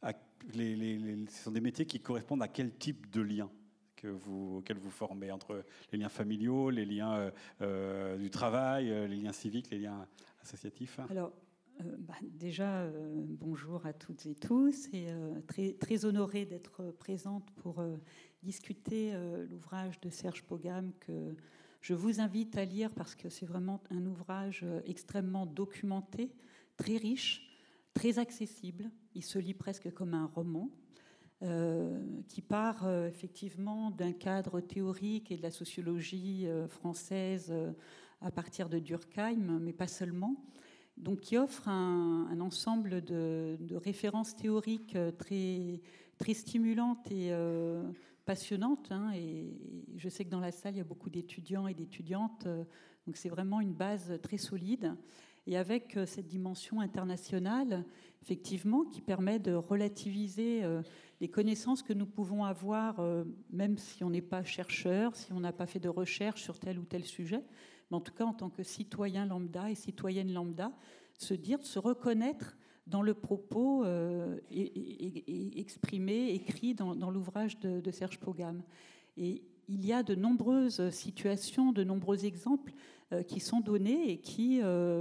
Les, les, les, ce sont des métiers qui correspondent à quel type de liens que vous, auxquels vous formez, entre les liens familiaux, les liens euh, euh, du travail, euh, les liens civiques, les liens associatifs? Alors, euh, bah, déjà, euh, bonjour à toutes et tous, et euh, très, très honorée d'être présente pour euh, discuter euh, l'ouvrage de Serge Pogam que je vous invite à lire parce que c'est vraiment un ouvrage extrêmement documenté, très riche, très accessible. Il se lit presque comme un roman euh, qui part euh, effectivement d'un cadre théorique et de la sociologie euh, française euh, à partir de Durkheim, mais pas seulement. Donc, qui offre un, un ensemble de, de références théoriques très, très stimulantes et euh, passionnantes. Hein, et je sais que dans la salle, il y a beaucoup d'étudiants et d'étudiantes. Euh, donc, c'est vraiment une base très solide. Et avec cette dimension internationale, effectivement, qui permet de relativiser les connaissances que nous pouvons avoir, même si on n'est pas chercheur, si on n'a pas fait de recherche sur tel ou tel sujet, mais en tout cas, en tant que citoyen lambda et citoyenne lambda, se dire, se reconnaître dans le propos euh, et, et, et exprimé, écrit dans, dans l'ouvrage de, de Serge Pogam. Et il y a de nombreuses situations, de nombreux exemples euh, qui sont donnés et qui, euh,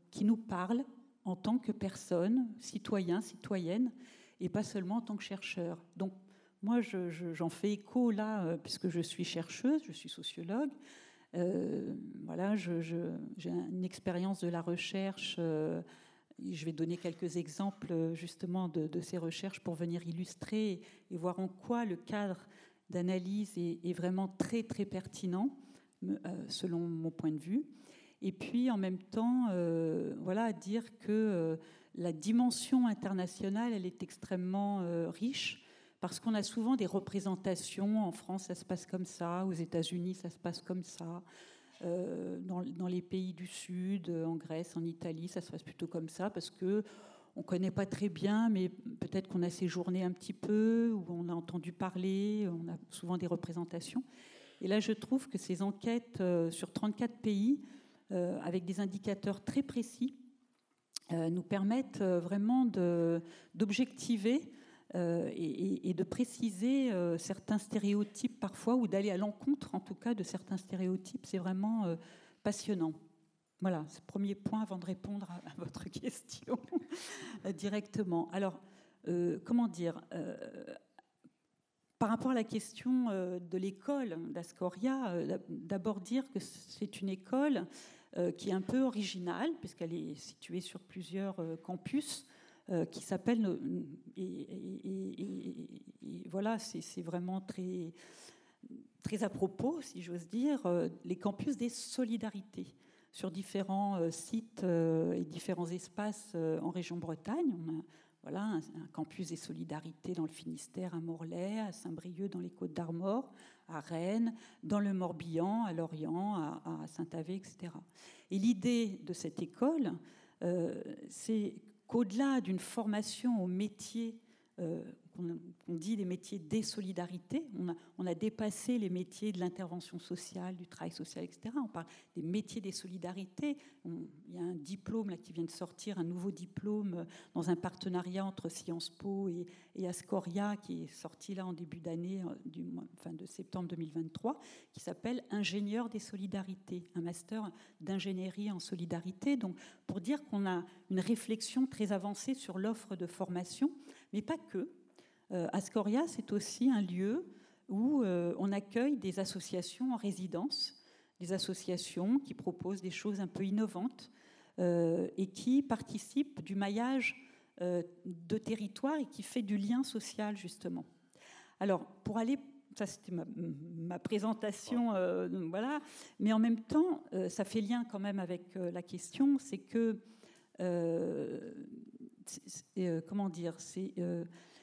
qui nous parle en tant que personne, citoyen, citoyenne, et pas seulement en tant que chercheur. Donc, moi, je, je, j'en fais écho là, euh, puisque je suis chercheuse, je suis sociologue. Euh, voilà, je, je, j'ai une expérience de la recherche. Euh, je vais donner quelques exemples justement de, de ces recherches pour venir illustrer et voir en quoi le cadre d'analyse est, est vraiment très très pertinent, euh, selon mon point de vue. Et puis en même temps, euh, voilà, dire que euh, la dimension internationale, elle est extrêmement euh, riche. Parce qu'on a souvent des représentations, en France ça se passe comme ça, aux États-Unis ça se passe comme ça, euh, dans, dans les pays du Sud, en Grèce, en Italie, ça se passe plutôt comme ça, parce qu'on ne connaît pas très bien, mais peut-être qu'on a séjourné un petit peu, ou on a entendu parler, on a souvent des représentations. Et là je trouve que ces enquêtes euh, sur trente-quatre pays, euh, avec des indicateurs très précis, euh, nous permettent euh, vraiment de, d'objectiver Euh, et, et de préciser euh, certains stéréotypes parfois, ou d'aller à l'encontre en tout cas de certains stéréotypes. C'est vraiment euh, passionnant. Voilà, c'est le premier point avant de répondre à, à votre question directement. Alors, euh, comment dire euh, par rapport à la question euh, de l'école d'Ascoria, euh, d'abord dire que c'est une école euh, qui est un peu originale, puisqu'elle est située sur plusieurs euh, campus, Euh, qui s'appelle, et, et, et, et, et voilà, c'est, c'est vraiment très, très à propos, si j'ose dire, euh, les campus des solidarités sur différents euh, sites euh, et différents espaces euh, en région Bretagne. On a voilà, un, un campus des solidarités dans le Finistère, à Morlaix, à Saint-Brieuc, dans les Côtes-d'Armor, à Rennes, dans le Morbihan, à Lorient, à, à Saint-Avé, et cetera. Et l'idée de cette école, euh, c'est qu'au-delà d'une formation au métier, euh, qu'on, qu'on dit les métiers des solidarités, on a, on a dépassé les métiers de l'intervention sociale, du travail social, et cetera. On parle des métiers des solidarités. On, il y a un diplôme là, qui vient de sortir, un nouveau diplôme dans un partenariat entre Sciences Po et, et Ascoria, qui est sorti là en début d'année, du mois, fin de septembre deux mille vingt-trois, qui s'appelle Ingénieur des solidarités, un master d'ingénierie en solidarité. Donc, pour dire qu'on a une réflexion très avancée sur l'offre de formation, mais pas que. Euh, Ascoria, c'est aussi un lieu où euh, on accueille des associations en résidence, des associations qui proposent des choses un peu innovantes euh, et qui participent du maillage euh, de territoire et qui fait du lien social, justement. Alors, pour aller... Ça, c'était ma, ma présentation, euh, voilà. Mais en même temps, euh, ça fait lien quand même avec euh, la question, c'est que... Euh, c'est, euh, comment dire c'est... Euh,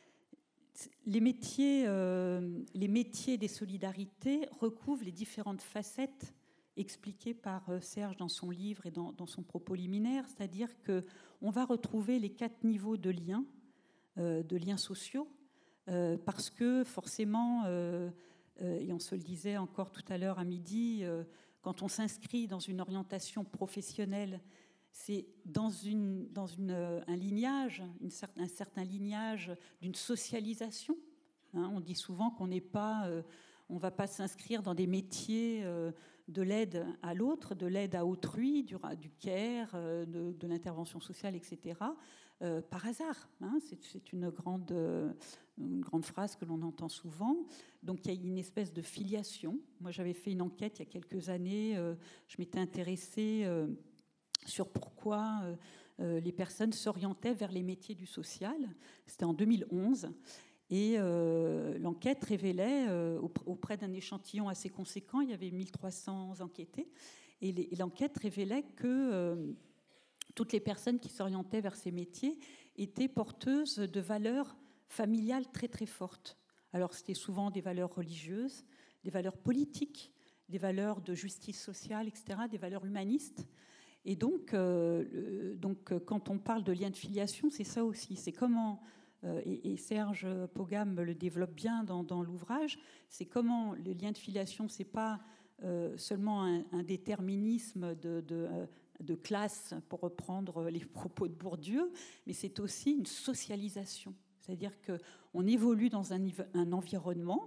Les métiers, euh, les métiers des solidarités recouvrent les différentes facettes expliquées par Serge dans son livre et dans, dans son propos liminaire, c'est-à-dire qu'on va retrouver les quatre niveaux de liens, euh, de liens sociaux, euh, parce que forcément, euh, euh, et on se le disait encore tout à l'heure à midi, euh, quand on s'inscrit dans une orientation professionnelle, c'est dans, une, dans une, un lignage, une, un certain lignage d'une socialisation. Hein, on dit souvent qu'on n'est pas, euh, on ne va pas s'inscrire dans des métiers euh, de l'aide à l'autre, de l'aide à autrui, du, du care, euh, de, de l'intervention sociale, et cetera, euh, par hasard. Hein, c'est, c'est une grande, euh, une grande phrase que l'on entend souvent. Donc il y a une espèce de filiation. Moi, j'avais fait une enquête il y a quelques années. Euh, je m'étais intéressée... Euh, sur pourquoi euh, euh, les personnes s'orientaient vers les métiers du social. C'était en deux mille onze. Et euh, l'enquête révélait, euh, auprès d'un échantillon assez conséquent, il y avait mille trois cents enquêtés, et, les, et l'enquête révélait que euh, toutes les personnes qui s'orientaient vers ces métiers étaient porteuses de valeurs familiales très très fortes. Alors c'était souvent des valeurs religieuses, des valeurs politiques, des valeurs de justice sociale, et cetera, des valeurs humanistes. Et donc, euh, donc, quand on parle de lien de filiation, c'est ça aussi. C'est comment, euh, et, et Serge Pogam le développe bien dans, dans l'ouvrage, c'est comment le lien de filiation, c'est pas euh, seulement un, un déterminisme de, de, de classe, pour reprendre les propos de Bourdieu, mais c'est aussi une socialisation. C'est-à-dire qu'on évolue dans un, un environnement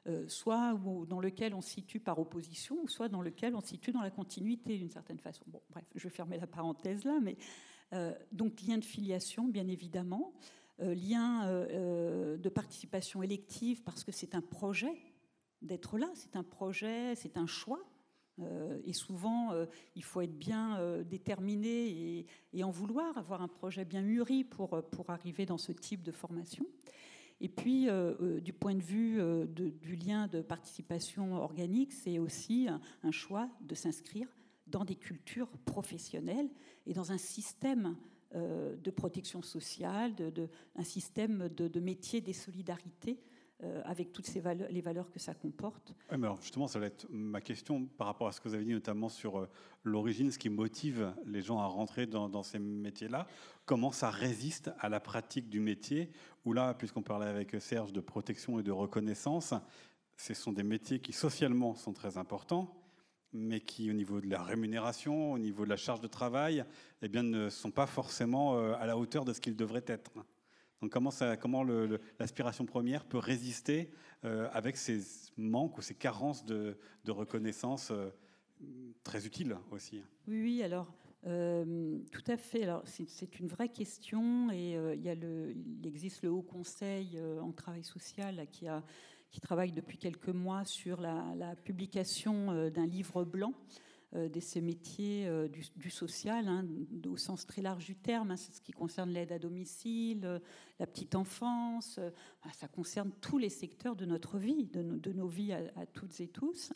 euh, soit où, dans lequel on se situe par opposition, ou soit dans lequel on se situe dans la continuité d'une certaine façon. Bon, bref, je vais fermer la parenthèse là, mais euh, donc lien de filiation, bien évidemment, euh, lien euh, de participation élective, parce que c'est un projet d'être là, c'est un projet, c'est un choix. Euh, et souvent, euh, il faut être bien euh, déterminé et, et en vouloir, avoir un projet bien mûri pour, pour arriver dans ce type de formation. Et puis, euh, euh, du point de vue euh, de, du lien de participation organique, c'est aussi un, un choix de s'inscrire dans des cultures professionnelles et dans un système euh, de protection sociale, de, de, un système de, de métier des solidarités, Euh, avec toutes ces valeurs, les valeurs que ça comporte. Oui, mais alors justement, ça va être ma question par rapport à ce que vous avez dit, notamment sur euh, l'origine, ce qui motive les gens à rentrer dans, dans ces métiers-là. Comment ça résiste à la pratique du métier, où là, puisqu'on parlait avec Serge de protection et de reconnaissance, ce sont des métiers qui socialement sont très importants, mais qui, au niveau de la rémunération, au niveau de la charge de travail, eh bien, ne sont pas forcément euh, à la hauteur de ce qu'ils devraient être. Donc comment, ça, comment le, le, l'aspiration première peut résister euh, avec ces manques ou ces carences de, de reconnaissance euh, très utiles aussi? Oui, oui, alors euh, tout à fait. Alors c'est, c'est une vraie question et euh, il, y a le, il existe le Haut Conseil euh, en travail social là, qui, a, qui travaille depuis quelques mois sur la, la publication euh, d'un livre blanc de ces métiers euh, du, du social, hein, au sens très large du terme, hein, c'est ce qui concerne l'aide à domicile, euh, la petite enfance, euh, ça concerne tous les secteurs de notre vie, de, no, de nos vies à, à toutes et tous.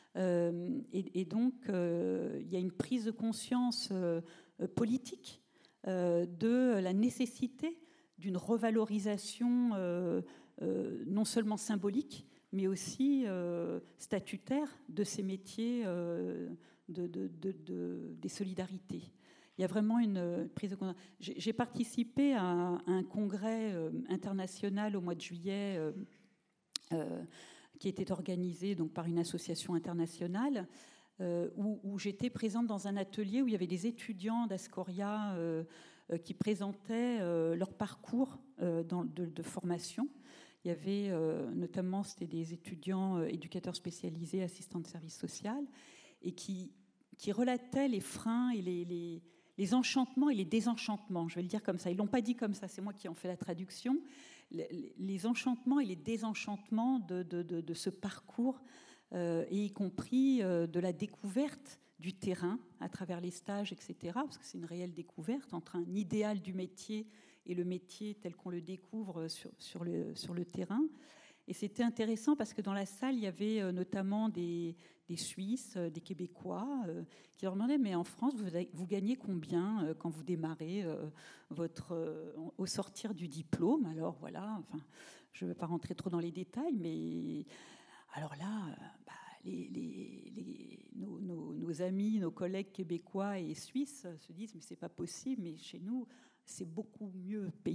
Euh, et, et donc, euh, il y a une prise de conscience euh, politique euh, de la nécessité d'une revalorisation euh, euh, non seulement symbolique, mais aussi euh, statutaire de ces métiers euh, De, de, de, de, des solidarités. Il y a vraiment une prise de conscience. J'ai, j'ai participé à un, à un congrès euh, international au mois de juillet euh, euh, qui était organisé donc, par une association internationale euh, où, où j'étais présente dans un atelier où il y avait des étudiants d'Ascoria euh, euh, qui présentaient euh, leur parcours euh, dans, de, de formation. Il y avait euh, notamment, c'était des étudiants euh, éducateurs spécialisés, assistants de service social, et qui, qui relataient les freins et les, les, les enchantements et les désenchantements. Je vais le dire comme ça. Ils ne l'ont pas dit comme ça, c'est moi qui en fais la traduction. Les, les enchantements et les désenchantements de, de, de, de ce parcours, euh, et y compris euh, de la découverte du terrain à travers les stages, et cetera, parce que c'est une réelle découverte entre un idéal du métier et le métier tel qu'on le découvre sur, sur, le, sur le terrain. Et c'était intéressant parce que dans la salle, il y avait notamment des, des Suisses, des Québécois, euh, qui leur demandaient « Mais en France, vous, vous gagnez combien euh, quand vous démarrez euh, votre, euh, au sortir du diplôme ?» Alors voilà, enfin, je ne vais pas rentrer trop dans les détails, mais alors là, bah, les, les, les, nos, nos, nos amis, nos collègues québécois et suisses se disent « Mais c'est pas possible, mais chez nous, c'est beaucoup mieux payé. »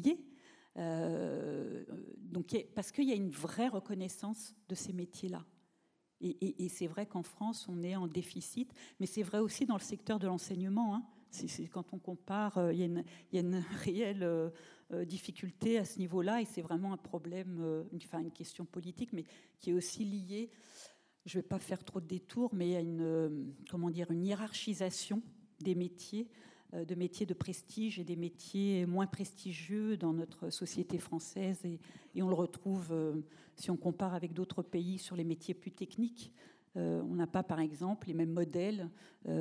Euh, donc, parce qu'il y a une vraie reconnaissance de ces métiers-là. Et, et, et c'est vrai qu'en France, on est en déficit, mais c'est vrai aussi dans le secteur de l'enseignement. Hein. C'est, c'est, quand on compare, euh, il y a une, il y a une réelle euh, difficulté à ce niveau-là, et c'est vraiment un problème, euh, enfin une question politique, mais qui est aussi liée, je ne vais pas faire trop de détours, mais à une, euh, comment dire, une hiérarchisation des métiers, de métiers de prestige et des métiers moins prestigieux dans notre société française. Et, et on le retrouve, euh, si on compare avec d'autres pays, sur les métiers plus techniques. Euh, on n'a pas, par exemple, les mêmes modèles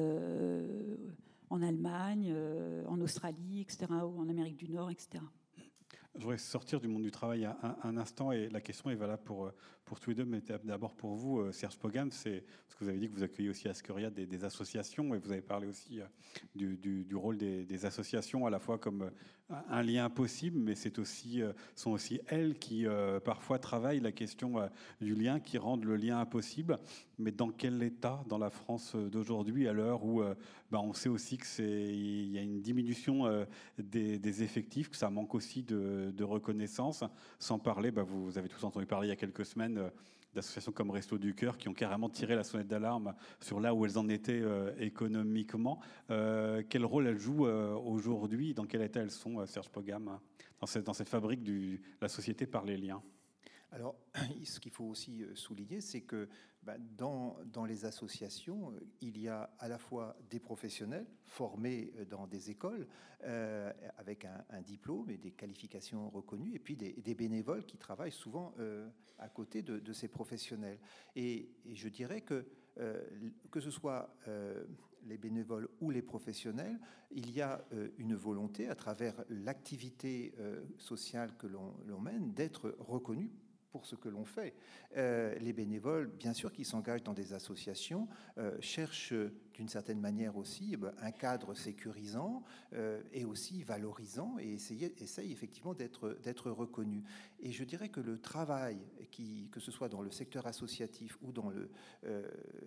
euh, en Allemagne, euh, en Australie, et cetera, ou en Amérique du Nord, et cetera. Je voudrais sortir du monde du travail un, un instant, et la question est valable pour, pour tous les deux, mais d'abord pour vous, Serge Pogam, c'est parce que vous avez dit que vous accueillez aussi à Ascoria des, des associations, et vous avez parlé aussi du, du, du rôle des, des associations, à la fois comme un lien possible, mais c'est aussi, sont aussi elles qui euh, parfois travaillent la question euh, du lien, qui rendent le lien impossible. Mais dans quel état, dans la France d'aujourd'hui, à l'heure où euh, ben on sait aussi qu'il y a une diminution euh, des, des effectifs, que ça manque aussi de, de reconnaissance, sans parler, ben vous, vous avez tous entendu parler il y a quelques semaines euh, d'associations comme Restos du Cœur qui ont carrément tiré la sonnette d'alarme sur là où elles en étaient euh, économiquement. Euh, quel rôle elles jouent euh, aujourd'hui? Dans quel état elles sont, euh, Serge Pogam, dans cette, dans cette fabrique de la société par les liens? Alors, ce qu'il faut aussi souligner, c'est que ben, dans, dans les associations, il y a à la fois des professionnels formés dans des écoles euh, avec un, un diplôme et des qualifications reconnues, et puis des, des bénévoles qui travaillent souvent euh, à côté de, de ces professionnels. Et, et je dirais que euh, que ce soit euh, les bénévoles ou les professionnels, il y a euh, une volonté à travers l'activité euh, sociale que l'on, l'on mène d'être reconnu pour ce que l'on fait. Euh, les bénévoles, bien sûr, qui s'engagent dans des associations, euh, cherchent d'une certaine manière aussi eh bien, un cadre sécurisant euh, et aussi valorisant et essayent, essayent effectivement d'être, d'être reconnus. Et je dirais que le travail, qui, que ce soit dans le secteur associatif ou dans le, euh,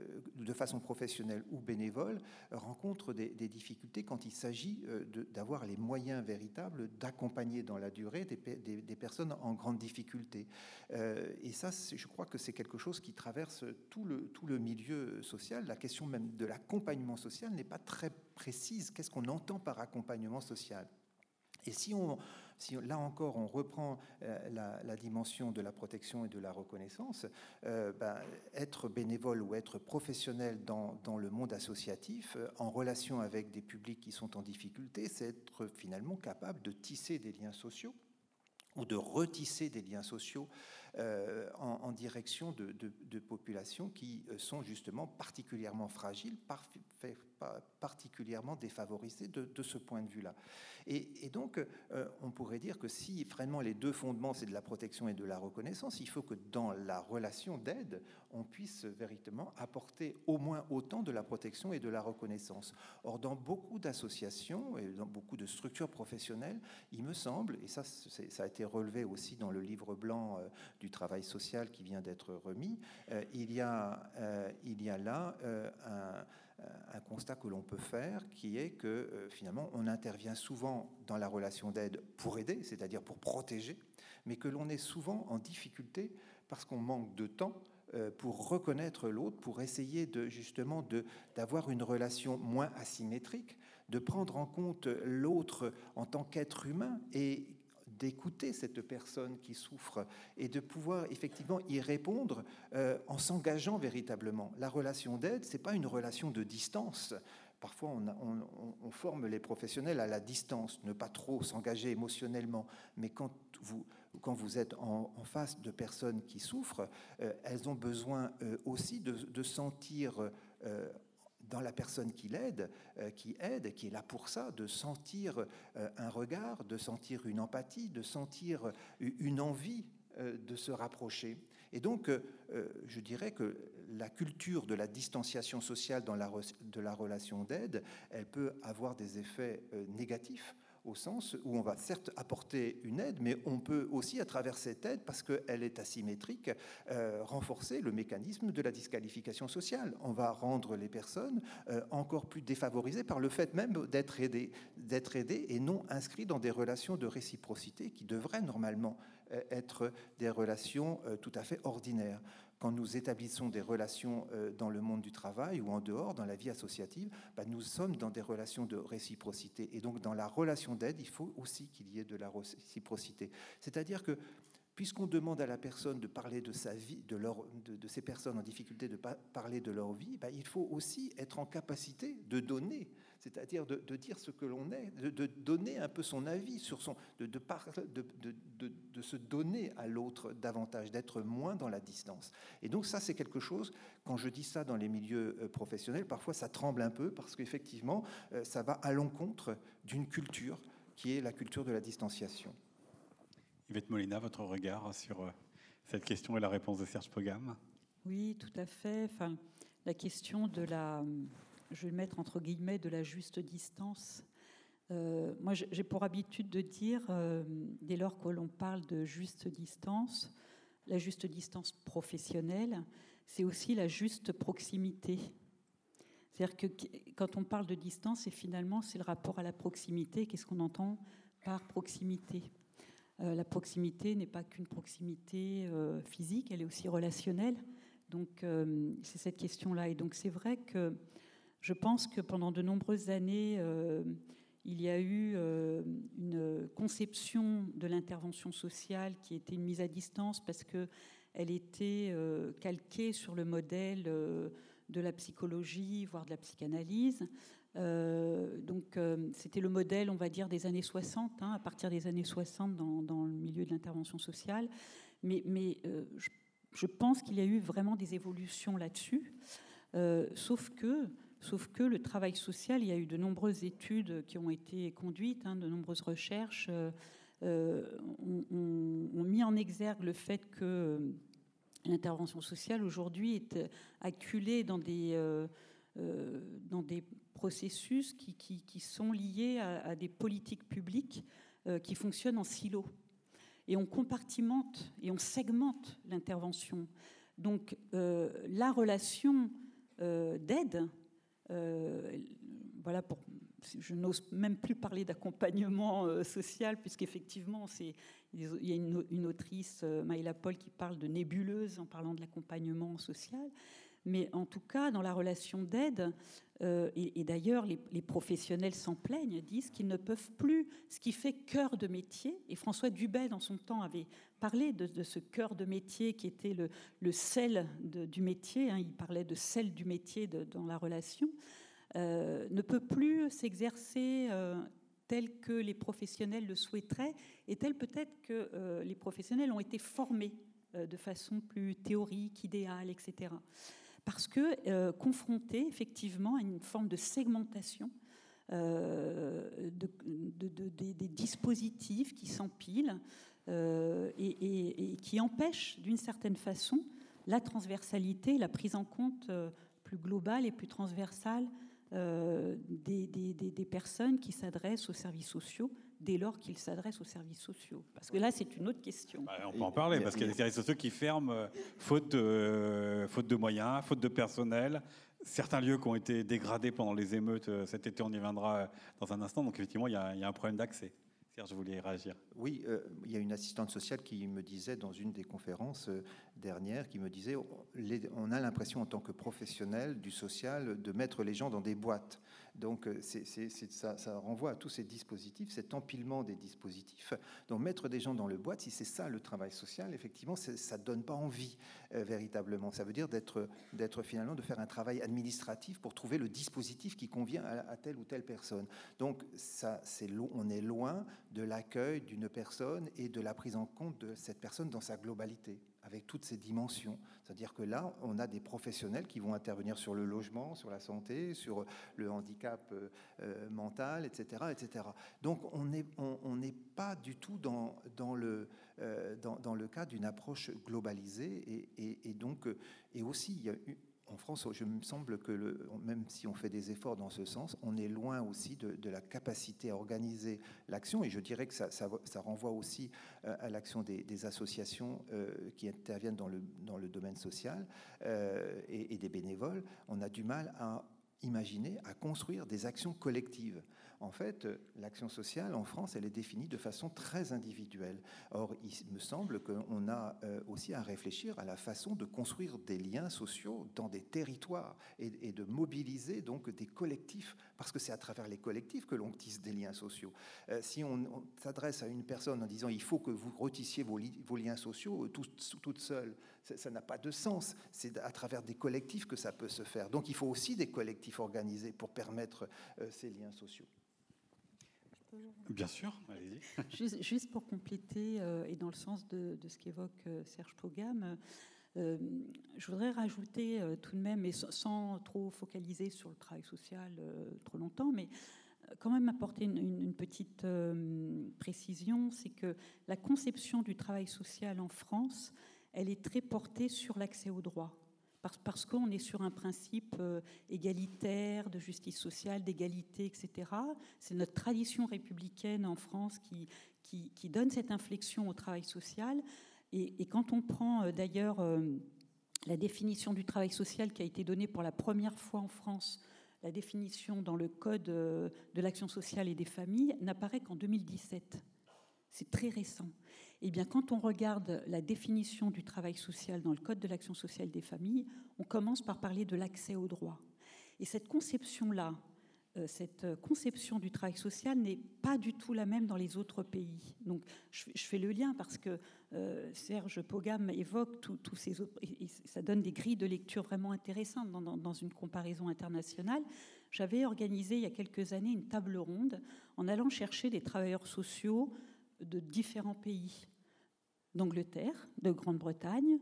de façon professionnelle ou bénévole, rencontre des, des difficultés quand il s'agit de, d'avoir les moyens véritables d'accompagner dans la durée des, des, des personnes en grande difficulté. Euh, et ça, je crois que c'est quelque chose qui traverse tout le, tout le milieu social. La question même de l'accompagnement social n'est pas très précise. Qu'est-ce qu'on entend par accompagnement social ? Et si, on, si là encore on reprend euh, la, la dimension de la protection et de la reconnaissance, euh, ben, être bénévole ou être professionnel dans, dans le monde associatif, euh, en relation avec des publics qui sont en difficulté, c'est être finalement capable de tisser des liens sociaux ou de retisser des liens sociaux euh, en, en direction de, de, de populations qui sont justement particulièrement fragiles, par, particulièrement défavorisées de, de ce point de vue-là. Et, et donc, euh, on pourrait dire que si vraiment les deux fondements, c'est de la protection et de la reconnaissance, il faut que dans la relation d'aide, on puisse véritablement apporter au moins autant de la protection et de la reconnaissance. Or, dans beaucoup d'associations et dans beaucoup de structures professionnelles, il me semble, et ça, c'est, ça a été relevé aussi dans le livre blanc euh, du travail social qui vient d'être remis, euh, il, y a, euh, il y a là euh, un, un constat que l'on peut faire, qui est que euh, finalement on intervient souvent dans la relation d'aide pour aider, c'est-à-dire pour protéger, mais que l'on est souvent en difficulté parce qu'on manque de temps euh, pour reconnaître l'autre, pour essayer de, justement de, d'avoir une relation moins asymétrique, de prendre en compte l'autre en tant qu'être humain et d'écouter cette personne qui souffre et de pouvoir effectivement y répondre euh, en s'engageant véritablement. La relation d'aide, c'est pas une relation de distance. Parfois, on, a, on, on forme les professionnels à la distance, ne pas trop s'engager émotionnellement. Mais quand vous, quand vous êtes en, en face de personnes qui souffrent, euh, elles ont besoin euh, aussi de, de sentir euh, dans la personne qui l'aide, euh, qui aide, qui est là pour ça, de sentir euh, un regard, de sentir une empathie, de sentir une envie euh, de se rapprocher. Et donc, euh, je dirais que la culture de la distanciation sociale dans la, re- de la relation d'aide, elle peut avoir des effets euh, négatifs, au sens où on va certes apporter une aide, mais on peut aussi, à travers cette aide, parce qu'elle est asymétrique, euh, renforcer le mécanisme de la disqualification sociale. On va rendre les personnes euh, encore plus défavorisées par le fait même d'être aidées, d'être aidées et non inscrites dans des relations de réciprocité qui devraient normalement euh, être des relations euh, tout à fait ordinaires. Quand nous établissons des relations dans le monde du travail ou en dehors, dans la vie associative, bah nous sommes dans des relations de réciprocité. Et donc, dans la relation d'aide, il faut aussi qu'il y ait de la réciprocité. C'est-à-dire que, puisqu'on demande à la personne de parler de sa vie, de, leur, de, de ces personnes en difficulté, de pa- parler de leur vie, bah il faut aussi être en capacité de donner, c'est-à-dire de, de dire ce que l'on est, de, de donner un peu son avis sur son, de, de, par, de, de, de, de se donner à l'autre davantage, d'être moins dans la distance. Et donc ça, c'est quelque chose, quand je dis ça dans les milieux professionnels, parfois ça tremble un peu parce qu'effectivement, ça va à l'encontre d'une culture qui est la culture de la distanciation. Yvette Molina, votre regard sur cette question et la réponse de Serge Pogam? Oui, tout à fait. Enfin, la question de la, je vais le mettre entre guillemets, de la juste distance. Euh, moi, j'ai pour habitude de dire, euh, dès lors que l'on parle de juste distance, la juste distance professionnelle, c'est aussi la juste proximité. C'est-à-dire que quand on parle de distance, et finalement, c'est le rapport à la proximité. Qu'est-ce qu'on entend par proximité ? Euh, la proximité n'est pas qu'une proximité euh, physique, elle est aussi relationnelle. Donc, euh, c'est cette question-là. Et donc, c'est vrai que je pense que pendant de nombreuses années, euh, il y a eu euh, une conception de l'intervention sociale qui était une mise à distance parce qu'elle était euh, calquée sur le modèle euh, de la psychologie, voire de la psychanalyse. Euh, donc euh, c'était le modèle, on va dire, des années soixante, hein, à partir des années soixante dans, dans le milieu de l'intervention sociale. Mais, mais euh, je, je pense qu'il y a eu vraiment des évolutions là-dessus, euh, sauf que, sauf que le travail social, il y a eu de nombreuses études qui ont été conduites, hein, de nombreuses recherches, euh, euh, ont, ont, ont mis en exergue le fait que l'intervention sociale aujourd'hui est acculée dans des, euh, euh, dans des processus qui, qui, qui sont liés à, à des politiques publiques euh, qui fonctionnent en silo. Et on compartimente et on segmente l'intervention. Donc euh, la relation euh, d'aide, euh, voilà, pour, je n'ose même plus parler d'accompagnement euh, social, puisqu'effectivement, c'est, il y a une, une autrice, euh, Maëla Paul, qui parle de nébuleuse en parlant de l'accompagnement social. Mais en tout cas, dans la relation d'aide, euh, et, et d'ailleurs les, les professionnels s'en plaignent, disent qu'ils ne peuvent plus, ce qui fait cœur de métier, et François Dubay dans son temps avait parlé de, de ce cœur de métier qui était le, le sel de, du métier, hein, il parlait de sel du métier de, dans la relation, euh, ne peut plus s'exercer euh, tel que les professionnels le souhaiteraient, et tel peut-être que euh, les professionnels ont été formés euh, de façon plus théorique, idéale, et cetera. Parce que euh, confronté effectivement à une forme de segmentation euh, de, de, de, de, des dispositifs qui s'empilent euh, et, et, et qui empêchent d'une certaine façon la transversalité, la prise en compte euh, plus globale et plus transversale euh, des, des, des personnes qui s'adressent aux services sociaux, dès lors qu'ils s'adressent aux services sociaux. Parce que là, c'est une autre question. Bah, on peut en parler, parce qu'il y a des services sociaux qui ferment euh, faute, de, euh, faute de moyens, faute de personnel. Certains lieux qui ont été dégradés pendant les émeutes euh, cet été, on y viendra dans un instant. Donc effectivement, il y a, il y a un problème d'accès. Serge, je voulais réagir. Oui, euh, il y a une assistante sociale qui me disait dans une des conférences euh, dernières, qui me disait, les, on a l'impression en tant que professionnel du social de mettre les gens dans des boîtes. Donc c'est, c'est, c'est, ça, ça renvoie à tous ces dispositifs, cet empilement des dispositifs. Donc mettre des gens dans le boîte, si c'est ça le travail social, effectivement, ça ne donne pas envie euh, véritablement. Ça veut dire d'être, d'être finalement, de faire un travail administratif pour trouver le dispositif qui convient à, à telle ou telle personne. Donc ça, c'est, on est loin de l'accueil d'une personne et de la prise en compte de cette personne dans sa globalité, avec toutes ses dimensions. C'est-à-dire que là, on a des professionnels qui vont intervenir sur le logement, sur la santé, sur le handicap euh, mental, et cetera, et cetera. Donc, on n'est on, on n'est pas du tout dans, dans, le, euh, dans, dans le cas d'une approche globalisée. Et, et, et donc, et aussi, il y a eu, en France, je me semble que le, même si on fait des efforts dans ce sens, on est loin aussi de, de la capacité à organiser l'action. Et je dirais que ça, ça, ça renvoie aussi à l'action des, des associations euh, qui interviennent dans le, dans le domaine social euh, et, et des bénévoles. On a du mal à imaginer, à construire des actions collectives. En fait, l'action sociale en France, elle est définie de façon très individuelle. Or, il me semble qu'on a aussi à réfléchir à la façon de construire des liens sociaux dans des territoires et, et de mobiliser donc des collectifs, parce que c'est à travers les collectifs que l'on tisse des liens sociaux. Euh, si on, on s'adresse à une personne en disant « il faut que vous retissiez vos, li- vos liens sociaux tout, toute seule », ça n'a pas de sens. C'est à travers des collectifs que ça peut se faire. Donc, il faut aussi des collectifs organisés pour permettre euh, ces liens sociaux. Bien sûr, allez-y. Juste, juste pour compléter, euh, et dans le sens de, de ce qu'évoque euh, Serge Pogam, euh, je voudrais rajouter euh, tout de même, et sans, sans trop focaliser sur le travail social euh, trop longtemps, mais quand même apporter une, une, une petite euh, précision, c'est que la conception du travail social en France, elle est très portée sur l'accès aux droits. Parce, parce qu'on est sur un principe euh, égalitaire, de justice sociale, d'égalité, et cetera. C'est notre tradition républicaine en France qui, qui, qui donne cette inflexion au travail social. Et, et quand on prend euh, d'ailleurs euh, la définition du travail social qui a été donnée pour la première fois en France, la définition dans le Code euh, de l'action sociale et des familles n'apparaît qu'en deux mille dix-sept. C'est très récent. Eh bien, quand on regarde la définition du travail social dans le Code de l'action sociale des familles, on commence par parler de l'accès aux droits. Et cette conception-là euh, cette conception du travail social n'est pas du tout la même dans les autres pays. Donc, je, je fais le lien parce que euh, Serge Pogam évoque tous ces autres, et, et ça donne des grilles de lecture vraiment intéressantes dans, dans, dans une comparaison internationale. J'avais organisé il y a quelques années une table ronde en allant chercher des travailleurs sociaux de différents pays, d'Angleterre, de Grande-Bretagne,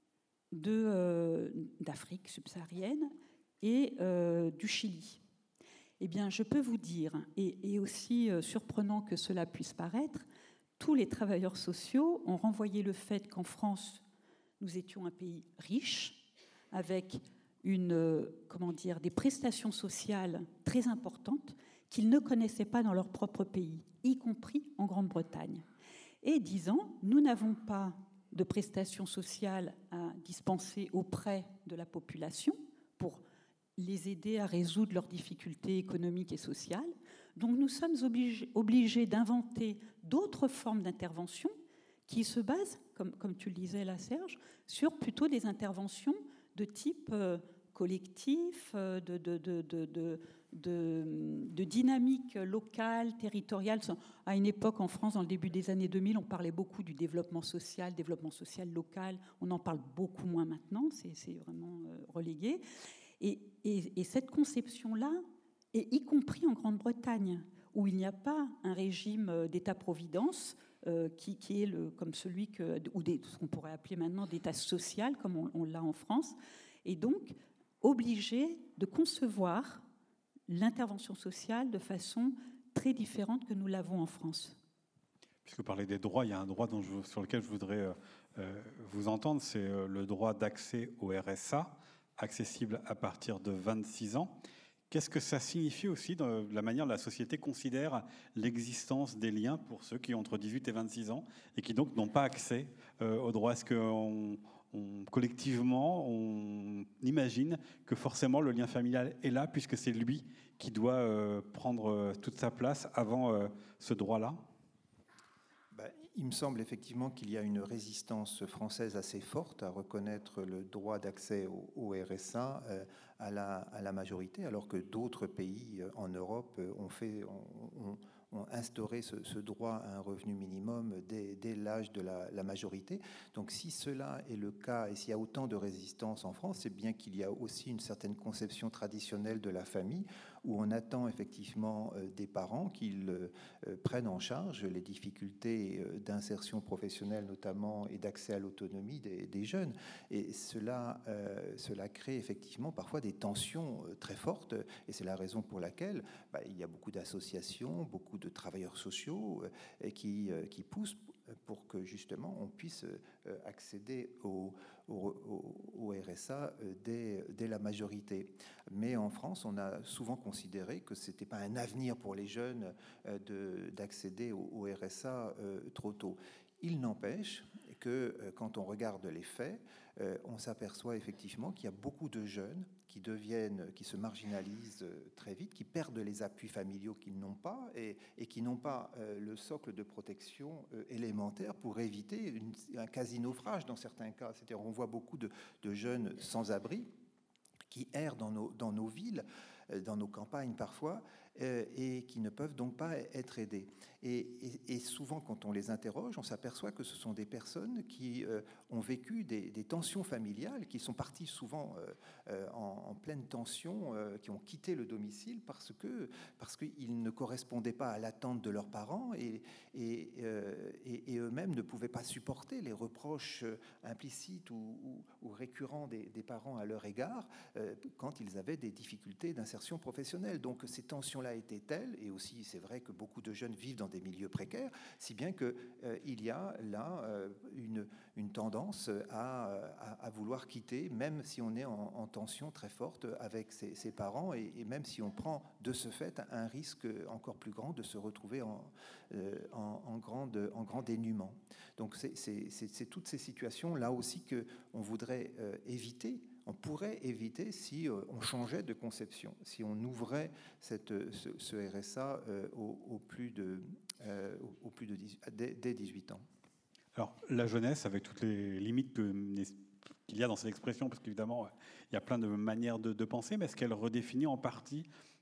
de, euh, d'Afrique subsaharienne et euh, du Chili. Eh bien, je peux vous dire, et, et aussi euh, surprenant que cela puisse paraître, tous les travailleurs sociaux ont renvoyé le fait qu'en France, nous étions un pays riche, avec une, euh, comment dire, des prestations sociales très importantes qu'ils ne connaissaient pas dans leur propre pays, y compris en Grande-Bretagne. Et disant, nous n'avons pas de prestations sociales à dispenser auprès de la population pour les aider à résoudre leurs difficultés économiques et sociales. Donc nous sommes obligés, obligés d'inventer d'autres formes d'intervention qui se basent, comme, comme tu le disais là Serge, sur plutôt des interventions de type euh, collectif, euh, de, de, de, de, de, de, de dynamique locale, territoriale. À une époque en France, dans le début des années deux mille, on parlait beaucoup du développement social, développement social local. On en parle beaucoup moins maintenant, c'est, c'est vraiment euh, relégué. Et, et, et cette conception-là, et y compris en Grande-Bretagne, où il n'y a pas un régime d'État-providence euh, qui, qui est le, comme celui que, ou des, ce qu'on pourrait appeler maintenant d'État social, comme on, on l'a en France, et donc obligé de concevoir l'intervention sociale de façon très différente que nous l'avons en France. Puisque vous parlez des droits, il y a un droit dont je, sur lequel je voudrais euh, vous entendre, c'est euh, le droit d'accès au R S A, accessible à partir de vingt-six ans. Qu'est-ce que ça signifie aussi dans la manière dont la société considère l'existence des liens pour ceux qui ont entre dix-huit et vingt-six ans et qui donc n'ont pas accès euh, au droit? Est-ce qu'on on, collectivement, on imagine que forcément le lien familial est là puisque c'est lui qui doit euh, prendre euh, toute sa place avant euh, ce droit-là? Il me semble effectivement qu'il y a une résistance française assez forte à reconnaître le droit d'accès au, au R S A euh, à, la, à la majorité, alors que d'autres pays en Europe ont, fait, ont, ont, ont instauré ce, ce droit à un revenu minimum dès, dès l'âge de la, la majorité. Donc si cela est le cas, et s'il y a autant de résistance en France, c'est bien qu'il y a aussi une certaine conception traditionnelle de la famille, où on attend effectivement euh, des parents qu'ils euh, prennent en charge les difficultés euh, d'insertion professionnelle notamment et d'accès à l'autonomie des, des jeunes. Et cela, euh, cela crée effectivement parfois des tensions euh, très fortes, et c'est la raison pour laquelle bah, il y a beaucoup d'associations, beaucoup de travailleurs sociaux euh, qui, euh, qui poussent pour que justement on puisse euh, accéder au, au, au, au R S A euh, dès, dès la majorité. Mais en France, on a souvent considéré que ce n'était pas un avenir pour les jeunes euh, de, d'accéder au, au R S A euh, trop tôt. Il n'empêche que euh, quand on regarde les faits, euh, on s'aperçoit effectivement qu'il y a beaucoup de jeunes qui deviennent, qui se marginalisent très vite, qui perdent les appuis familiaux qu'ils n'ont pas et, et qui n'ont pas euh, le socle de protection euh, élémentaire pour éviter une, un quasi-naufrage dans certains cas. C'est-à-dire on voit beaucoup de, de jeunes sans-abri qui errent dans nos, dans nos villes, dans nos campagnes parfois, euh, et qui ne peuvent donc pas être aidés. Et, et, et souvent, quand on les interroge, on s'aperçoit que ce sont des personnes qui euh, ont vécu des, des tensions familiales, qui sont parties souvent euh, euh, en, en pleine tension, euh, qui ont quitté le domicile parce que parce qu'ils ne correspondaient pas à l'attente de leurs parents et, et, euh, et, et eux-mêmes ne pouvaient pas supporter les reproches implicites ou, ou, ou récurrents des, des parents à leur égard euh, quand ils avaient des difficultés d'insertion professionnelle. Donc ces tensions-là étaient telles, et aussi c'est vrai que beaucoup de jeunes vivent dans des milieux précaires, si bien qu'il euh, y a là euh, une, une tendance à, à, à vouloir quitter, même si on est en, en tension très forte avec ses, ses parents, et, et même si on prend de ce fait un risque encore plus grand de se retrouver en, euh, en, en, grande, en grand dénuement. Donc c'est, c'est, c'est, c'est toutes ces situations là aussi qu'on voudrait euh, éviter. On pourrait éviter si euh, on changeait de conception, si on ouvrait cette, ce, ce R S A euh, au, au plus de, euh, au, au plus de dix, dès, dès dix-huit ans. Alors, la jeunesse, avec toutes les limites que, qu'il y a dans cette expression, parce qu'évidemment, il y a plein de manières de, de penser, mais est-ce qu'elle redéfinit en partie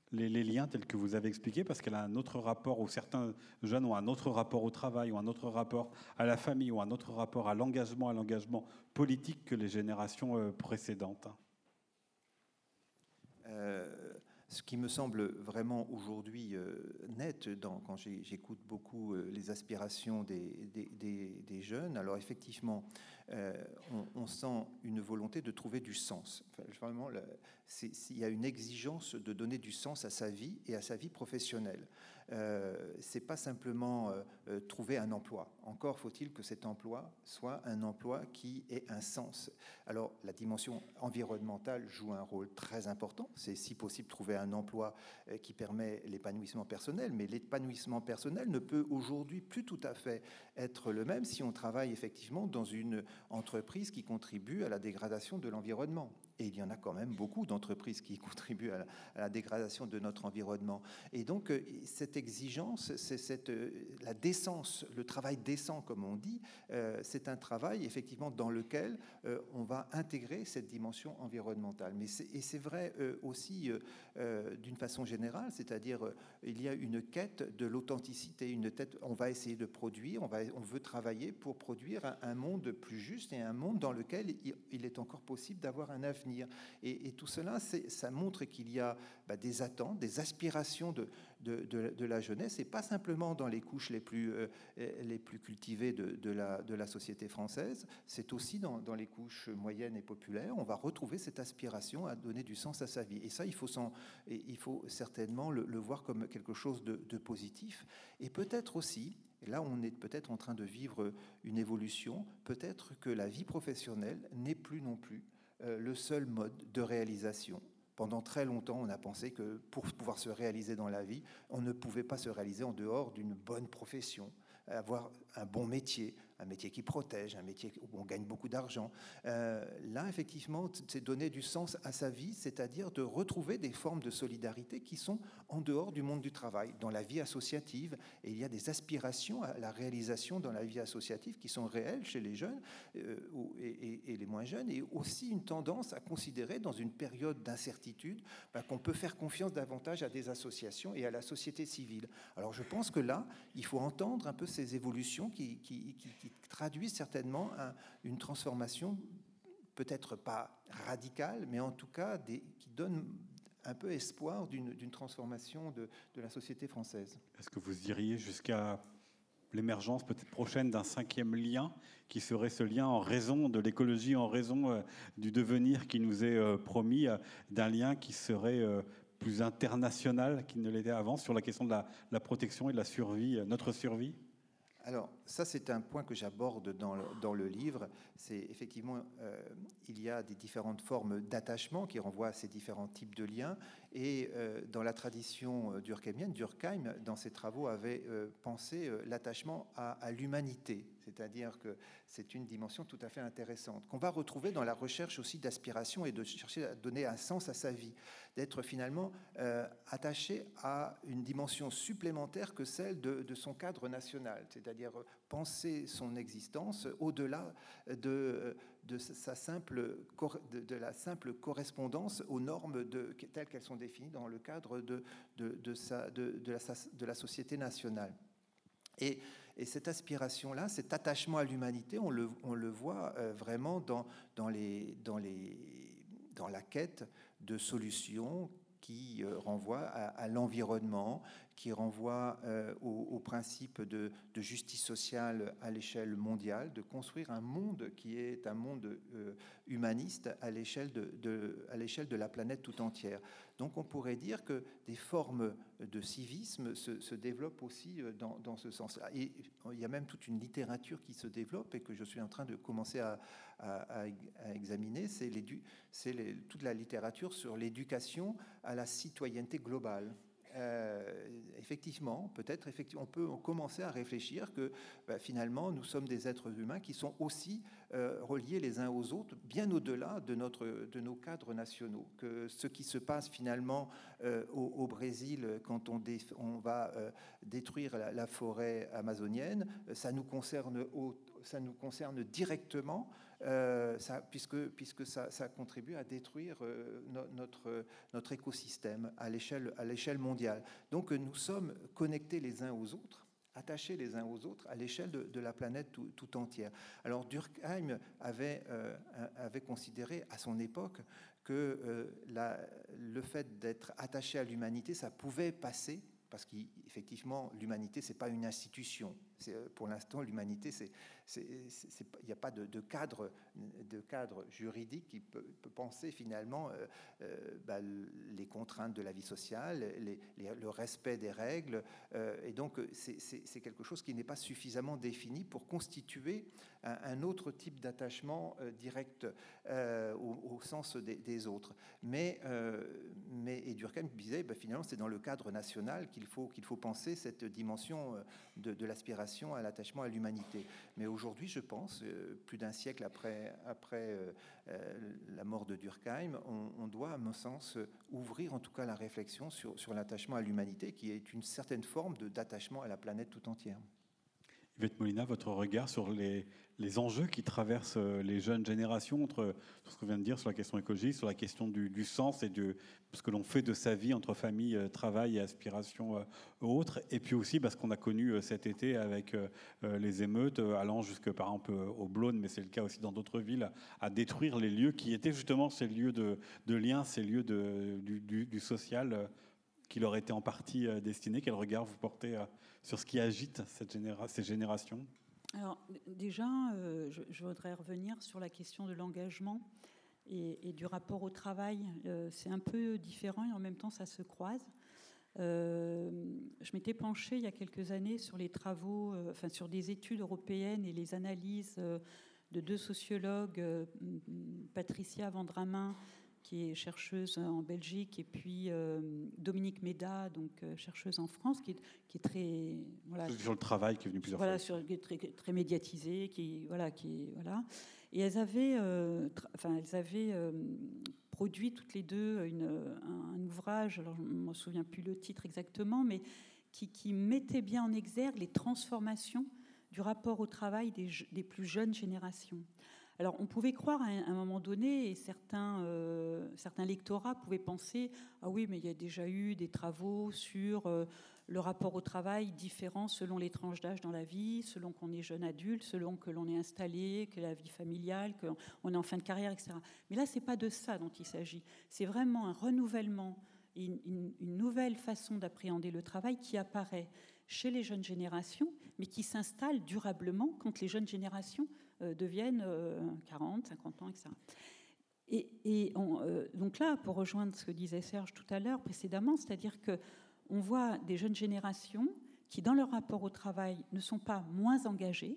les, les liens tels que vous avez expliqué, parce qu'elle a un autre rapport, ou certains jeunes ont un autre rapport au travail, ou un autre rapport à la famille, ou un autre rapport à l'engagement, à l'engagement politique que les générations précédentes. Euh, ce qui me semble vraiment aujourd'hui euh, net dans, quand j'écoute beaucoup euh, les aspirations des, des, des, des jeunes, alors effectivement, euh, on, on sent une volonté de trouver du sens. Enfin, vraiment, il y a une exigence de donner du sens à sa vie et à sa vie professionnelle. Euh, c'est pas simplement euh, trouver un emploi. Encore faut-il que cet emploi soit un emploi qui ait un sens. Alors, la dimension environnementale joue un rôle très important. C'est si possible trouver un emploi euh, qui permet l'épanouissement personnel, mais l'épanouissement personnel ne peut aujourd'hui plus tout à fait être le même si on travaille effectivement dans une entreprise qui contribue à la dégradation de l'environnement. Et il y en a quand même beaucoup d'entreprises qui contribuent à la, à la dégradation de notre environnement. Et donc, cette exigence, c'est cette, la décence, le travail décent, comme on dit, euh, c'est un travail, effectivement, dans lequel euh, on va intégrer cette dimension environnementale. Mais c'est, et c'est vrai euh, aussi, euh, d'une façon générale, c'est-à-dire, euh, il y a une quête de l'authenticité, une tête, on va essayer de produire, on, va, on veut travailler pour produire un, un monde plus juste et un monde dans lequel il, il est encore possible d'avoir un avenir. Et, et tout cela, ça montre qu'il y a bah, des attentes, des aspirations de, de, de, de la jeunesse, et pas simplement dans les couches les plus, euh, les plus cultivées de, de, la, de la société française, c'est aussi dans, dans les couches moyennes et populaires. On va retrouver cette aspiration à donner du sens à sa vie. Et ça, il faut, s'en, il faut certainement le, le voir comme quelque chose de, de positif. Et peut-être aussi, et là, on est peut-être en train de vivre une évolution, peut-être que la vie professionnelle n'est plus non plus le seul mode de réalisation. Pendant très longtemps, on a pensé que pour pouvoir se réaliser dans la vie, on ne pouvait pas se réaliser en dehors d'une bonne profession, avoir un bon métier, un métier qui protège, un métier où on gagne beaucoup d'argent. Euh, là, effectivement, c'est donner du sens à sa vie, c'est-à-dire de retrouver des formes de solidarité qui sont en dehors du monde du travail, dans la vie associative. Et il y a des aspirations à la réalisation dans la vie associative qui sont réelles chez les jeunes euh, et, et, et les moins jeunes, et aussi une tendance à considérer, dans une période d'incertitude, ben, qu'on peut faire confiance davantage à des associations et à la société civile. Alors, je pense que là, il faut entendre un peu ces évolutions qui, qui, qui, qui traduisent certainement un, une transformation, peut-être pas radicale, mais en tout cas des, qui donne un peu espoir d'une, d'une transformation de, de la société française. Est-ce que vous iriez jusqu'à l'émergence peut-être prochaine d'un cinquième lien, qui serait ce lien en raison de l'écologie, en raison euh, du devenir qui nous est euh, promis, euh, d'un lien qui serait euh, plus international qu'il ne l'était avant, sur la question de la, la protection et de la survie, euh, notre survie? Alors, ça, c'est un point que j'aborde dans le, dans le livre. C'est effectivement, euh, il y a des différentes formes d'attachement qui renvoient à ces différents types de liens. Et euh, dans la tradition durkheimienne, Durkheim, dans ses travaux, avait euh, pensé euh, l'attachement à, à l'humanité. C'est-à-dire que c'est une dimension tout à fait intéressante, qu'on va retrouver dans la recherche aussi d'aspiration et de chercher à donner un sens à sa vie, d'être finalement euh, attaché à une dimension supplémentaire que celle de, de son cadre national, c'est-à-dire penser son existence au-delà de, de, sa simple, de, de la simple correspondance aux normes de, telles qu'elles sont définies dans le cadre de, de, de, sa, de, de, la, de la société nationale. Et, et cette aspiration-là, cet attachement à l'humanité, on le, on le voit euh, vraiment dans, dans, les, dans, les, dans la quête de solutions qui euh, renvoient à, à l'environnement, qui renvoient euh, au, au principe de, de justice sociale à l'échelle mondiale, de construire un monde qui est un monde euh, humaniste à l'échelle de, de, à l'échelle de la planète tout entière. Donc on pourrait dire que des formes de civisme se, se développent aussi dans, dans ce sens-là. Et il y a même toute une littérature qui se développe et que je suis en train de commencer à, à, à examiner, c'est, l'édu, c'est les, toute la littérature sur l'éducation à la citoyenneté globale. Euh, effectivement, peut-être effectivement, on peut commencer à réfléchir que bah, finalement, nous sommes des êtres humains qui sont aussi euh, reliés les uns aux autres, bien au-delà de, notre, de nos cadres nationaux. Que ce qui se passe finalement euh, au, au Brésil, quand on, dé, on va euh, détruire la, la forêt amazonienne, ça nous concerne, au, ça nous concerne directement euh, ça, puisque, puisque ça, ça contribue à détruire euh, no, notre, notre écosystème à l'échelle, à l'échelle mondiale. Donc nous sommes connectés les uns aux autres, attachés les uns aux autres à l'échelle de, de la planète tout, tout entière. Alors Durkheim avait, euh, avait considéré à son époque que euh, la, le fait d'être attaché à l'humanité, ça pouvait passer, parce qu'effectivement, l'humanité, ce n'est pas une institution. C'est, pour l'instant, l'humanité, c'est, c'est, c'est, il n'y a pas de, de, cadre, de cadre juridique qui peut, peut penser finalement euh, euh, bah, les contraintes de la vie sociale, les, les, le respect des règles. Euh, et donc, c'est, c'est, c'est quelque chose qui n'est pas suffisamment défini pour constituer un, un autre type d'attachement euh, direct euh, au, au sens des, des autres. Mais, euh, mais et Durkheim disait, bah, finalement, c'est dans le cadre national qu'il faut, qu'il faut penser cette dimension de, de l'aspiration à l'attachement à l'humanité. Mais aujourd'hui, je pense, euh, plus d'un siècle après, après euh, euh, la mort de Durkheim, on, on doit, à mon sens, ouvrir en tout cas la réflexion sur, sur l'attachement à l'humanité, qui est une certaine forme de, d'attachement à la planète tout entière. Yvette Molina, votre regard sur les, les enjeux qui traversent les jeunes générations, entre ce qu'on vient de dire sur la question écologique, sur la question du, du sens et de ce que l'on fait de sa vie entre famille, travail et aspiration autres, et puis aussi parce qu'on a connu cet été avec les émeutes allant jusque par exemple au Blône, mais c'est le cas aussi dans d'autres villes, à détruire les lieux qui étaient justement ces lieux de, de lien, ces lieux de, du, du, du social qui leur étaient en partie destinés. Quel regard vous portez sur ce qui agite cette généra- ces générations ? Alors déjà, euh, je, je voudrais revenir sur la question de l'engagement et, et du rapport au travail. Euh, c'est un peu différent et en même temps ça se croise. Euh, je m'étais penchée il y a quelques années sur les travaux, euh, enfin sur des études européennes et les analyses euh, de deux sociologues, euh, Patricia Vendramin, qui est chercheuse en Belgique, et puis euh, Dominique Méda, donc euh, chercheuse en France, qui est, qui est très voilà sur le travail, qui est venu plusieurs voilà, fois. Sur, qui est très, très médiatisée, qui voilà, qui voilà, et elles avaient, euh, tra- enfin elles avaient euh, produit toutes les deux une, un, un ouvrage. Alors je ne me souviens plus le titre exactement, mais qui, qui mettait bien en exergue les transformations du rapport au travail des, des plus jeunes générations. Alors, on pouvait croire à un, à un moment donné, et certains, euh, certains lectorats pouvaient penser « Ah oui, mais il y a déjà eu des travaux sur euh, le rapport au travail différent selon les tranches d'âge dans la vie, selon qu'on est jeune adulte, selon que l'on est installé, que la vie familiale, qu'on est en fin de carrière, et cetera » Mais là, ce n'est pas de ça dont il s'agit. C'est vraiment un renouvellement, une, une, une nouvelle façon d'appréhender le travail qui apparaît chez les jeunes générations, mais qui s'installe durablement quand les jeunes générations euh, deviennent euh, quarante, cinquante ans, et cetera. Et, et on, euh, donc là, pour rejoindre ce que disait Serge tout à l'heure précédemment, c'est-à-dire qu'on voit des jeunes générations qui, dans leur rapport au travail, ne sont pas moins engagées,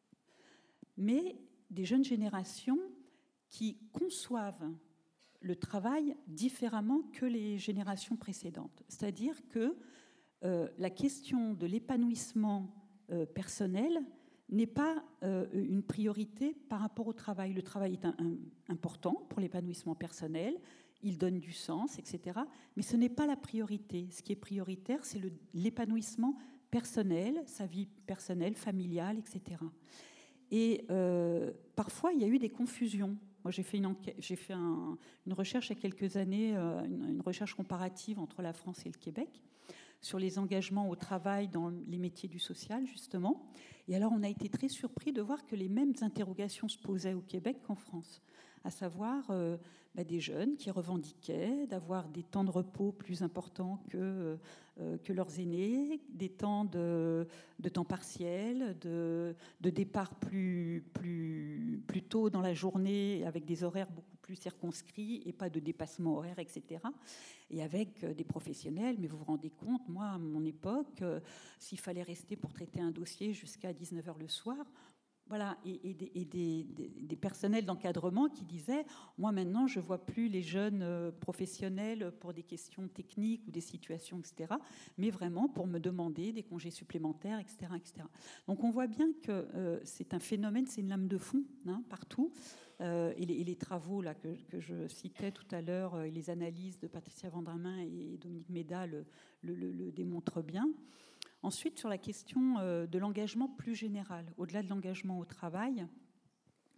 mais des jeunes générations qui conçoivent le travail différemment que les générations précédentes. C'est-à-dire que Euh, la question de l'épanouissement euh, personnel n'est pas euh, une priorité par rapport au travail. Le travail est un, un, important pour l'épanouissement personnel, il donne du sens, et cetera. Mais ce n'est pas la priorité. Ce qui est prioritaire, c'est le, l'épanouissement personnel, sa vie personnelle, familiale, et cetera. Et euh, parfois, il y a eu des confusions. Moi, j'ai fait une, enquête, j'ai fait un, une recherche il y a quelques années, euh, une, une recherche comparative entre la France et le Québec, sur les engagements au travail dans les métiers du social, justement. Et alors, on a été très surpris de voir que les mêmes interrogations se posaient au Québec qu'en France, à savoir euh, bah, des jeunes qui revendiquaient d'avoir des temps de repos plus importants que, euh, que leurs aînés, des temps de, de temps partiel, de, de départ plus, plus, plus tôt dans la journée, avec des horaires beaucoup plus circonscrits et pas de dépassement horaire, et cetera. Et avec des professionnels, mais vous vous rendez compte, moi, à mon époque, euh, s'il fallait rester pour traiter un dossier jusqu'à dix-neuf heures le soir, voilà, et, et, des, et des, des, des personnels d'encadrement qui disaient « Moi, maintenant, je ne vois plus les jeunes euh, professionnels pour des questions techniques ou des situations, et cetera, mais vraiment pour me demander des congés supplémentaires, et cetera, et cetera » Donc, on voit bien que euh, c'est un phénomène, c'est une lame de fond, hein, partout. Euh, et, les, et les travaux là, que, que je citais tout à l'heure, euh, et les analyses de Patricia Vendramin et Dominique Méda le, le, le, le démontrent bien. Ensuite, sur la question euh, de l'engagement plus général, au-delà de l'engagement au travail,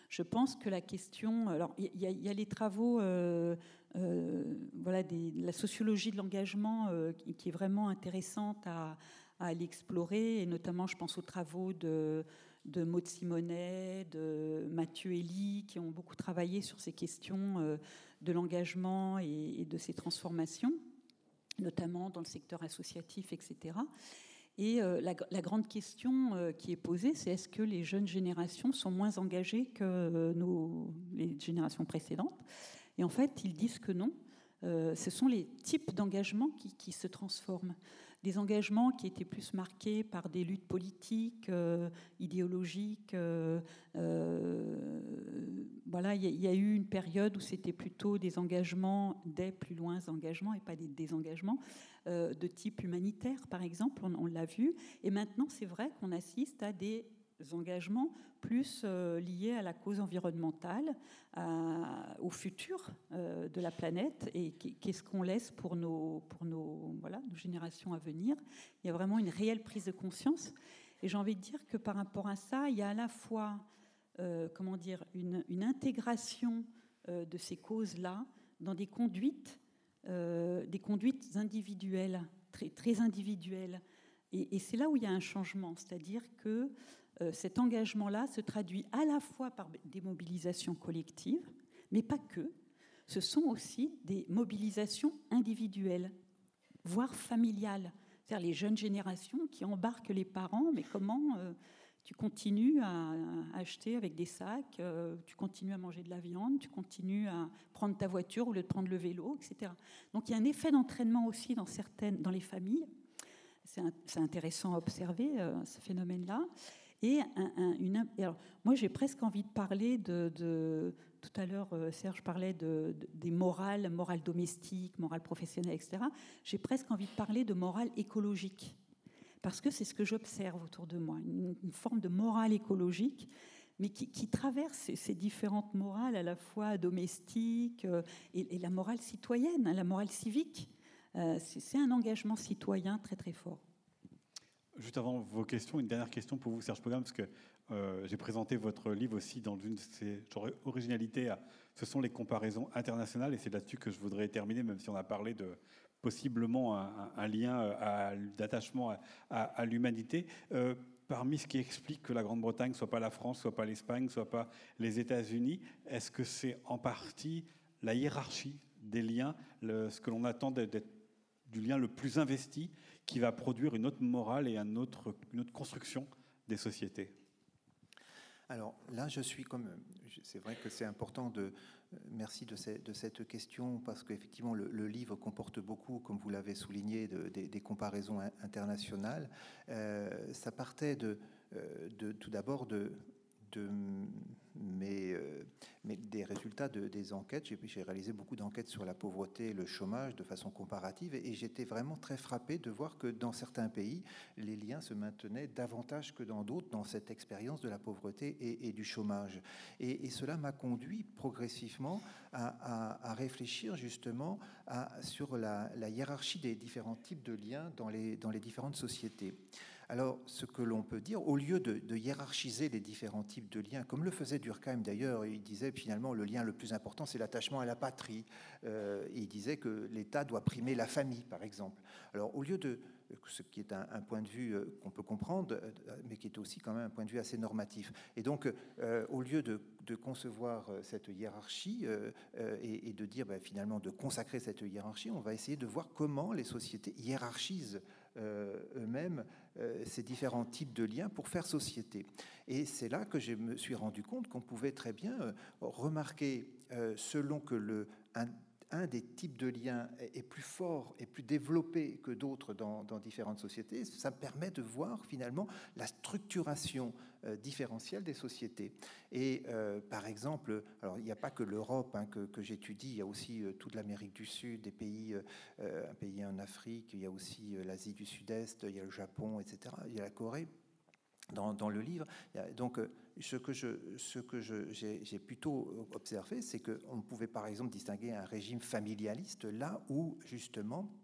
Je pense que la question... Alors, il y, y a les travaux euh, euh, voilà, des, de la sociologie de l'engagement euh, qui, qui est vraiment intéressante à, à aller explorer, et notamment, je pense aux travaux de, de Maud Simonet, de Mathieu Elie, qui ont beaucoup travaillé sur ces questions euh, de l'engagement et, et de ces transformations, notamment dans le secteur associatif, et cetera. Et euh, la, la grande question euh, qui est posée, c'est est-ce que les jeunes générations sont moins engagées que euh, nos, les générations précédentes? Et en fait, ils disent que non. Euh, ce sont les types d'engagement qui, qui se transforment. Des engagements qui étaient plus marqués par des luttes politiques, euh, idéologiques. Euh, euh, voilà, il y, y a eu une période où c'était plutôt des engagements, des plus loin engagements et pas des désengagements. Euh, de type humanitaire, par exemple, on, on l'a vu. Et maintenant, c'est vrai qu'on assiste à des engagements plus euh, liés à la cause environnementale, à, au futur euh, de la planète, et qu'est-ce qu'on laisse pour, nos, pour nos, voilà, nos générations à venir. Il y a vraiment une réelle prise de conscience. Et j'ai envie de dire que par rapport à ça, il y a à la fois euh, comment dire, une, une intégration euh, de ces causes-là dans des conduites Euh, des conduites individuelles, très, très individuelles. Et, et c'est là où il y a un changement, c'est-à-dire que euh, cet engagement-là se traduit à la fois par des mobilisations collectives, mais pas que. Ce sont aussi des mobilisations individuelles, voire familiales. C'est-à-dire les jeunes générations qui embarquent les parents, mais comment euh, tu continues à, à acheter avec des sacs, euh, tu continues à manger de la viande, tu continues à prendre ta voiture au lieu de prendre le vélo, et cetera. Donc il y a un effet d'entraînement aussi dans, certaines, dans les familles. C'est, un, c'est intéressant à observer euh, ce phénomène-là. Et un, un, une, alors, moi j'ai presque envie de parler de... de tout à l'heure, euh, Serge parlait de, de, des morales, morale domestique, morale professionnelle, et cetera. J'ai presque envie de parler de morale écologique. Parce que c'est ce que j'observe autour de moi, une, une forme de morale écologique, mais qui, qui traverse ces, ces différentes morales, à la fois domestiques euh, et, et la morale citoyenne, hein, la morale civique. Euh, c'est, c'est un engagement citoyen très très fort. Juste avant vos questions, une dernière question pour vous, Serge Pogam, parce que euh, j'ai présenté votre livre aussi dans une de ses originalités. À, ce sont les comparaisons internationales, et c'est là-dessus que je voudrais terminer, même si on a parlé de possiblement un, un lien à, d'attachement à, à, à l'humanité. Euh, parmi ce qui explique que la Grande-Bretagne ne soit pas la France, soit pas l'Espagne, soit pas les États-Unis, est-ce que c'est en partie la hiérarchie des liens, le, ce que l'on attend d'être, d'être du lien le plus investi, qui va produire une autre morale et un autre, une autre construction des sociétés? Alors là, je suis comme... C'est vrai que c'est important de... Merci de, ces, de cette question, parce qu'effectivement, le, le livre comporte beaucoup, comme vous l'avez souligné, de, de, des comparaisons internationales. Euh, ça partait de, de, tout d'abord de... de mais, euh, mais des résultats de, des enquêtes. J'ai, j'ai réalisé beaucoup d'enquêtes sur la pauvreté et le chômage de façon comparative, et, et j'étais vraiment très frappé de voir que dans certains pays, les liens se maintenaient davantage que dans d'autres dans cette expérience de la pauvreté et, et du chômage. Et, et cela m'a conduit progressivement à, à, à réfléchir justement à, sur la, la hiérarchie des différents types de liens dans les, dans les différentes sociétés. Alors, ce que l'on peut dire, au lieu de, de hiérarchiser les différents types de liens, comme le faisait Durkheim d'ailleurs, il disait finalement le lien le plus important, c'est l'attachement à la patrie. Euh, il disait que l'État doit primer la famille, par exemple. Alors, au lieu de... ce qui est un, un point de vue qu'on peut comprendre, mais qui est aussi quand même un point de vue assez normatif. Et donc, euh, au lieu de, de concevoir cette hiérarchie euh, et, et de dire ben, finalement de consacrer cette hiérarchie, on va essayer de voir comment les sociétés hiérarchisent euh, eux-mêmes euh, ces différents types de liens pour faire société. Et c'est là que je me suis rendu compte qu'on pouvait très bien euh, remarquer, euh, selon que le... Un, un des types de liens est plus fort et plus développé que d'autres dans, dans différentes sociétés, ça permet de voir finalement la structuration euh, différentielle des sociétés. Et euh, par exemple, alors il n'y a pas que l'Europe hein, que, que j'étudie, il y a aussi euh, toute l'Amérique du Sud, des pays, euh, un pays en Afrique, il y a aussi euh, l'Asie du Sud-Est, il y a le Japon, et cetera. Il y a la Corée. Dans, dans le livre, donc ce que je, ce que je, j'ai, j'ai plutôt observé, c'est qu'on pouvait par exemple distinguer un régime familialiste là où justement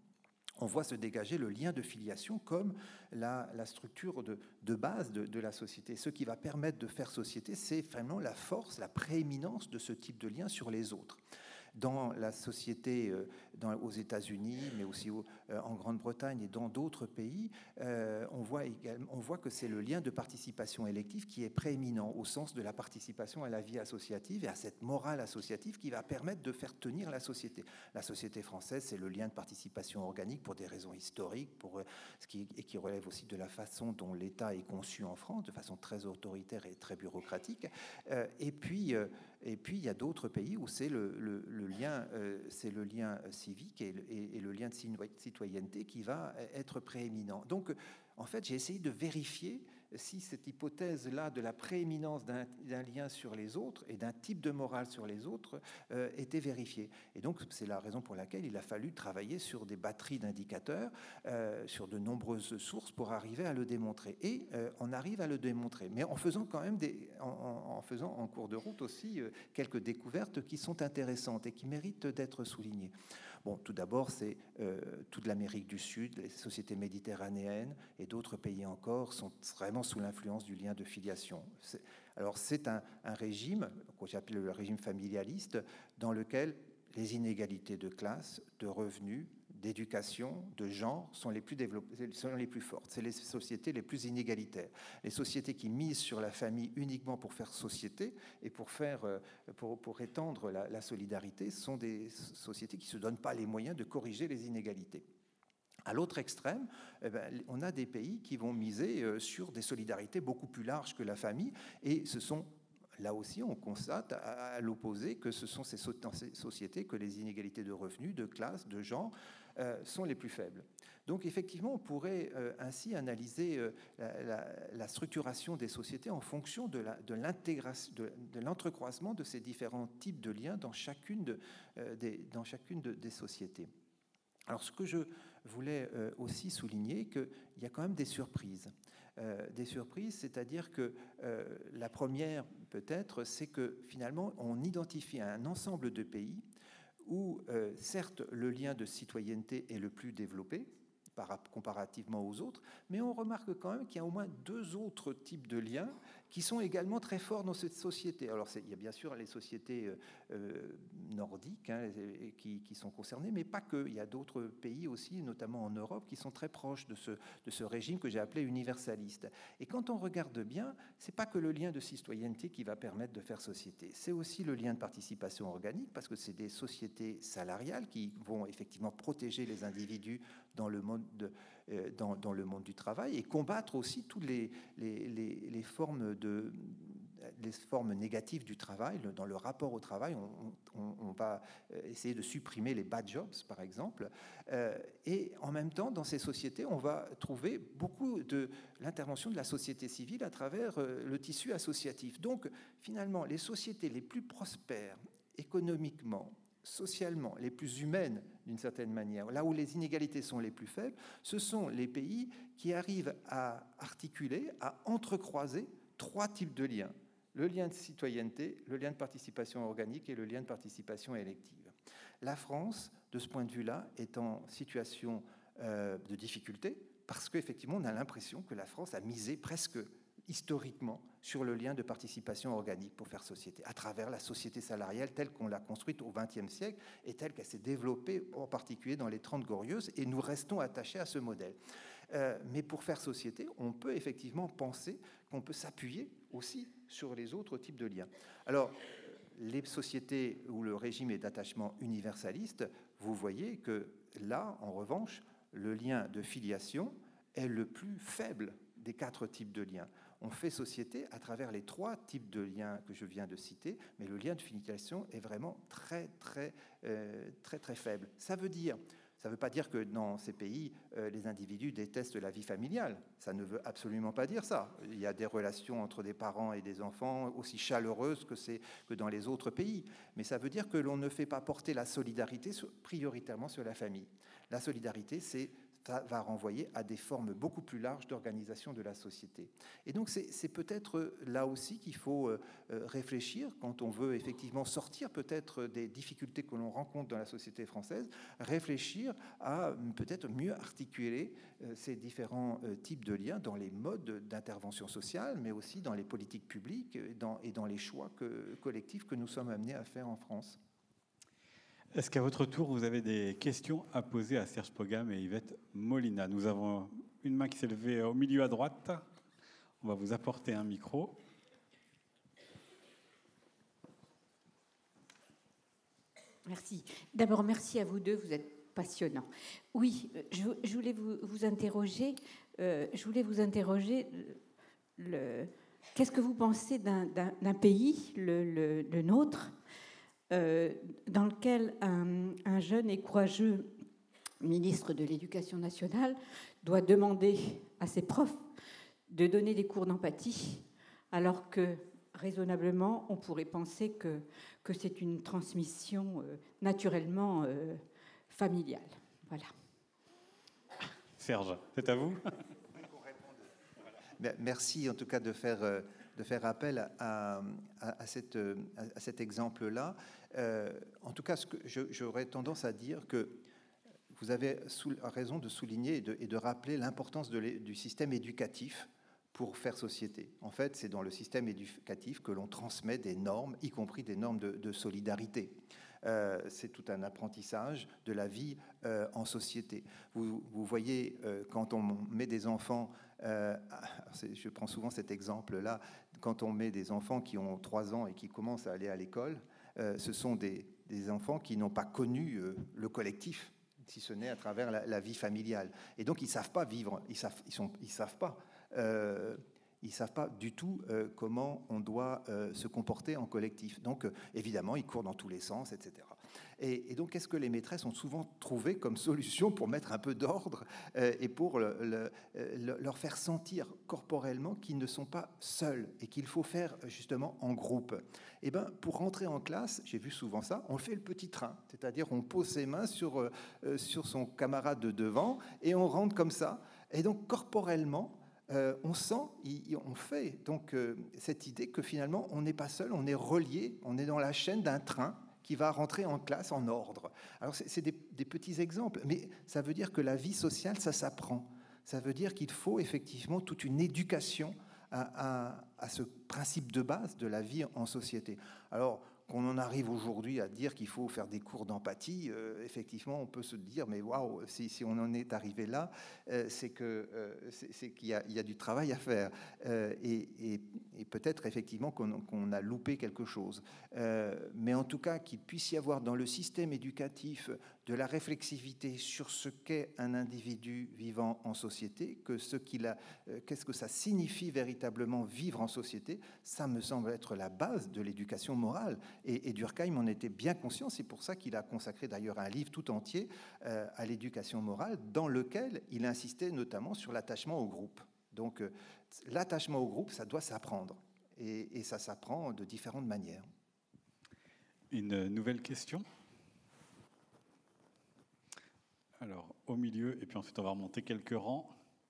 on voit se dégager le lien de filiation comme la, la structure de, de base de, de la société. Ce qui va permettre de faire société, c'est vraiment la force, la prééminence de ce type de lien sur les autres. Dans la société euh, dans, aux États-Unis, mais aussi au, euh, en Grande-Bretagne et dans d'autres pays, euh, on, voit également, on voit que c'est le lien de participation élective qui est prééminent au sens de la participation à la vie associative et à cette morale associative qui va permettre de faire tenir la société. La société française, c'est le lien de participation organique pour des raisons historiques, pour, euh, ce qui, et qui relève aussi de la façon dont l'État est conçu en France, de façon très autoritaire et très bureaucratique. Euh, et puis, euh, et puis, il y a d'autres pays où c'est le, le, le lien, euh, c'est le lien civique et le, et, et le lien de citoyenneté qui va être prééminent. Donc, en fait, j'ai essayé de vérifier si cette hypothèse-là de la prééminence d'un, d'un lien sur les autres et d'un type de morale sur les autres euh, était vérifiée. Et donc, c'est la raison pour laquelle il a fallu travailler sur des batteries d'indicateurs, euh, sur de nombreuses sources pour arriver à le démontrer. Et euh, on arrive à le démontrer, mais en faisant quand même des, en, en, en faisant en cours de route aussi euh, quelques découvertes qui sont intéressantes et qui méritent d'être soulignées. Bon, tout d'abord, c'est euh, toute l'Amérique du Sud, les sociétés méditerranéennes et d'autres pays encore sont vraiment sous l'influence du lien de filiation. C'est, alors, c'est un, un régime, que j'appelle le régime familialiste, dans lequel les inégalités de classe, de revenus, d'éducation, de genre sont les plus développées, sont les plus fortes. C'est les sociétés les plus inégalitaires. Les sociétés qui misent sur la famille uniquement pour faire société et pour faire, pour, pour étendre la, la solidarité sont des sociétés qui ne se donnent pas les moyens de corriger les inégalités. À l'autre extrême, eh ben, on a des pays qui vont miser sur des solidarités beaucoup plus larges que la famille, et ce sont là aussi, on constate à l'opposé que ce sont ces, dans ces sociétés que les inégalités de revenus, de classe, de genre euh, sont les plus faibles. Donc effectivement, on pourrait euh, ainsi analyser euh, la, la, la structuration des sociétés en fonction de, la, de, l'intégration, de, de l'entrecroisement de ces différents types de liens dans chacune, de, euh, des, dans chacune de, des sociétés. Alors ce que je voulais euh, aussi souligner, qu'il y a quand même des surprises. Euh, des surprises, c'est-à-dire que euh, la première, peut-être, c'est que finalement, on identifie un ensemble de pays où, euh, certes, le lien de citoyenneté est le plus développé, par, comparativement aux autres, mais on remarque quand même qu'il y a au moins deux autres types de liens qui sont également très forts dans cette société. Alors, c'est, il y a bien sûr les sociétés euh, nordiques hein, qui, qui sont concernées, mais pas que. Il y a d'autres pays aussi, notamment en Europe, qui sont très proches de ce, de ce régime que j'ai appelé universaliste. Et quand on regarde bien, c'est pas que le lien de citoyenneté qui va permettre de faire société. C'est aussi le lien de participation organique, parce que c'est des sociétés salariales qui vont effectivement protéger les individus dans le monde, de, euh, dans, dans le monde du travail et combattre aussi toutes les, les, les, les formes de les formes négatives du travail. Dans le rapport au travail, on, on, on va essayer de supprimer les bad jobs, par exemple. Euh, et en même temps, dans ces sociétés, on va trouver beaucoup de l'intervention de la société civile à travers euh, le tissu associatif. Donc, finalement, les sociétés les plus prospères économiquement, socialement, les plus humaines d'une certaine manière, là où les inégalités sont les plus faibles, ce sont les pays qui arrivent à articuler, à entrecroiser trois types de liens. Le lien de citoyenneté, le lien de participation organique et le lien de participation élective. La France, de ce point de vue-là, est en situation euh, de difficulté parce qu'effectivement, on a l'impression que la France a misé presque historiquement sur le lien de participation organique pour faire société, à travers la société salariale telle qu'on l'a construite au vingtième siècle et telle qu'elle s'est développée en particulier dans les Trente Glorieuses, et nous restons attachés à ce modèle. Euh, mais pour faire société, on peut effectivement penser qu'on peut s'appuyer aussi sur les autres types de liens. Alors, les sociétés où le régime est d'attachement universaliste, vous voyez que là, en revanche, le lien de filiation est le plus faible des quatre types de liens. On fait société à travers les trois types de liens que je viens de citer, mais le lien de filiation est vraiment très, très, euh, très, très faible. Ça veut dire, ça ne veut pas dire que dans ces pays, euh, les individus détestent la vie familiale. Ça ne veut absolument pas dire ça. Il y a des relations entre des parents et des enfants aussi chaleureuses que, c'est, que dans les autres pays. Mais ça veut dire que l'on ne fait pas porter la solidarité sur, prioritairement sur la famille. La solidarité, c'est ça va renvoyer à des formes beaucoup plus larges d'organisation de la société. Et donc c'est peut-être là aussi qu'il faut euh, réfléchir quand on veut effectivement sortir peut-être des difficultés que l'on rencontre dans la société française, réfléchir à peut-être mieux articuler euh, ces différents euh, types de liens dans les modes d'intervention sociale, mais aussi dans les politiques publiques et dans, et dans les choix que, collectifs que nous sommes amenés à faire en France. Est-ce qu'à votre tour, vous avez des questions à poser à Serge Pogam et Yvette Molina? Nous avons une main qui s'est levée au milieu à droite. On va vous apporter un micro. Merci. D'abord, merci à vous deux, vous êtes passionnants. Oui, je, je voulais vous, vous interroger, euh, je voulais vous interroger, le, qu'est-ce que vous pensez d'un pays, le, le, le nôtre, euh, dans lequel un, un jeune et courageux ministre de l'Éducation nationale doit demander à ses profs de donner des cours d'empathie, alors que raisonnablement, on pourrait penser que, que c'est une transmission euh, naturellement euh, familiale. Voilà. Serge, c'est à vous. Merci en tout cas de faire, de faire appel à, à, à, cette, à cet exemple-là. Euh, en tout cas, j'aurais tendance à dire que vous avez raison de souligner et de, et de rappeler l'importance du système éducatif pour faire société. En fait, c'est dans le système éducatif que l'on transmet des normes, y compris des normes de, de solidarité. Euh, c'est tout un apprentissage de la vie euh, en société. Vous, vous voyez, euh, quand on met des enfants, euh, je prends souvent cet exemple-là, quand on met des enfants qui ont trois ans et qui commencent à aller à l'école, euh, ce sont des, des enfants qui n'ont pas connu euh, le collectif, si ce n'est à travers la, la vie familiale. Et donc, ils ne savent pas vivre, ils savent, ils sont, ils savent pas. Euh, ils ne savent pas du tout euh, comment on doit euh, se comporter en collectif. Donc, euh, évidemment, ils courent dans tous les sens, et cetera. Et, et donc, qu'est-ce que les maîtresses ont souvent trouvé comme solution pour mettre un peu d'ordre euh, et pour le, le, le, leur faire sentir corporellement qu'ils ne sont pas seuls et qu'il faut faire justement en groupe? Et ben, pour rentrer en classe, j'ai vu souvent ça, on fait le petit train, c'est-à-dire on pose ses mains sur, euh, sur son camarade de devant et on rentre comme ça. Et donc, corporellement, Euh, on sent, on fait donc euh, cette idée que finalement on n'est pas seul, on est relié, on est dans la chaîne d'un train qui va rentrer en classe en ordre. Alors c'est des, des petits exemples, mais ça veut dire que la vie sociale, ça s'apprend. Ça veut dire qu'il faut effectivement toute une éducation à, à, à ce principe de base de la vie en société. Alors qu'on en arrive aujourd'hui à dire qu'il faut faire des cours d'empathie, euh, effectivement, on peut se dire, mais waouh, si, si on en est arrivé là, euh, c'est que euh, c'est qu'il y a, il y a du travail à faire, euh, et, et, et peut-être effectivement qu'on qu'on a loupé quelque chose. Euh, mais en tout cas, qu'il puisse y avoir dans le système éducatif de la réflexivité sur ce qu'est un individu vivant en société, que ce qu'il a, euh, qu'est-ce que ça signifie véritablement vivre en société, ça me semble être la base de l'éducation morale. Et, et Durkheim en était bien conscient, c'est pour ça qu'il a consacré d'ailleurs un livre tout entier euh, à l'éducation morale, dans lequel il insistait notamment sur l'attachement au groupe. Donc euh, l'attachement au groupe, ça doit s'apprendre, et, et ça s'apprend de différentes manières. Une nouvelle question? Alors, au milieu, et puis ensuite on va remonter quelques rangs.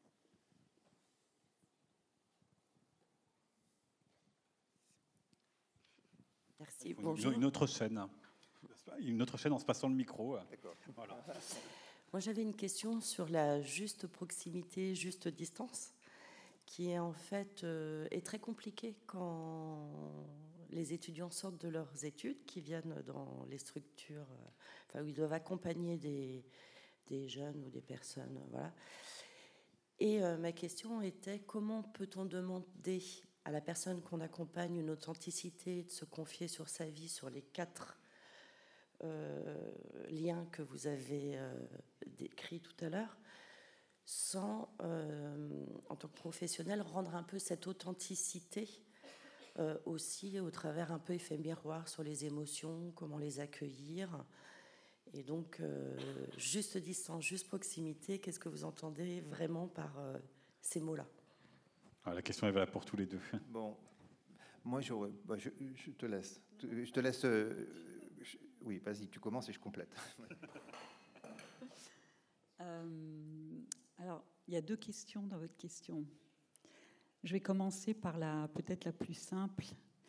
Merci, bonjour. Une autre chaîne. Une autre chaîne en se passant le micro. Voilà. Moi, j'avais une question sur la juste proximité, juste distance, qui est en fait euh, est très compliquée quand les étudiants sortent de leurs études, qui viennent dans les structures, euh, enfin, où ils doivent accompagner des, des jeunes ou des personnes, voilà. Et euh, ma question était, comment peut-on demander à la personne qu'on accompagne une authenticité, de se confier sur sa vie, sur les quatre euh, liens que vous avez euh, décrits tout à l'heure, sans, euh, en tant que professionnel, rendre un peu cette authenticité euh, aussi au travers un peu effet miroir sur les émotions, comment les accueillir. Et donc, euh, juste distance, juste proximité, qu'est-ce que vous entendez vraiment par euh, ces mots-là? Ah, la question est valable pour tous les deux. Bon, moi, j'aurais, bah, je, je te laisse. Je te laisse. Euh, je, oui, vas-y, tu commences et je complète. Euh, alors, il y a deux questions dans votre question. Je vais commencer par la peut-être la plus simple,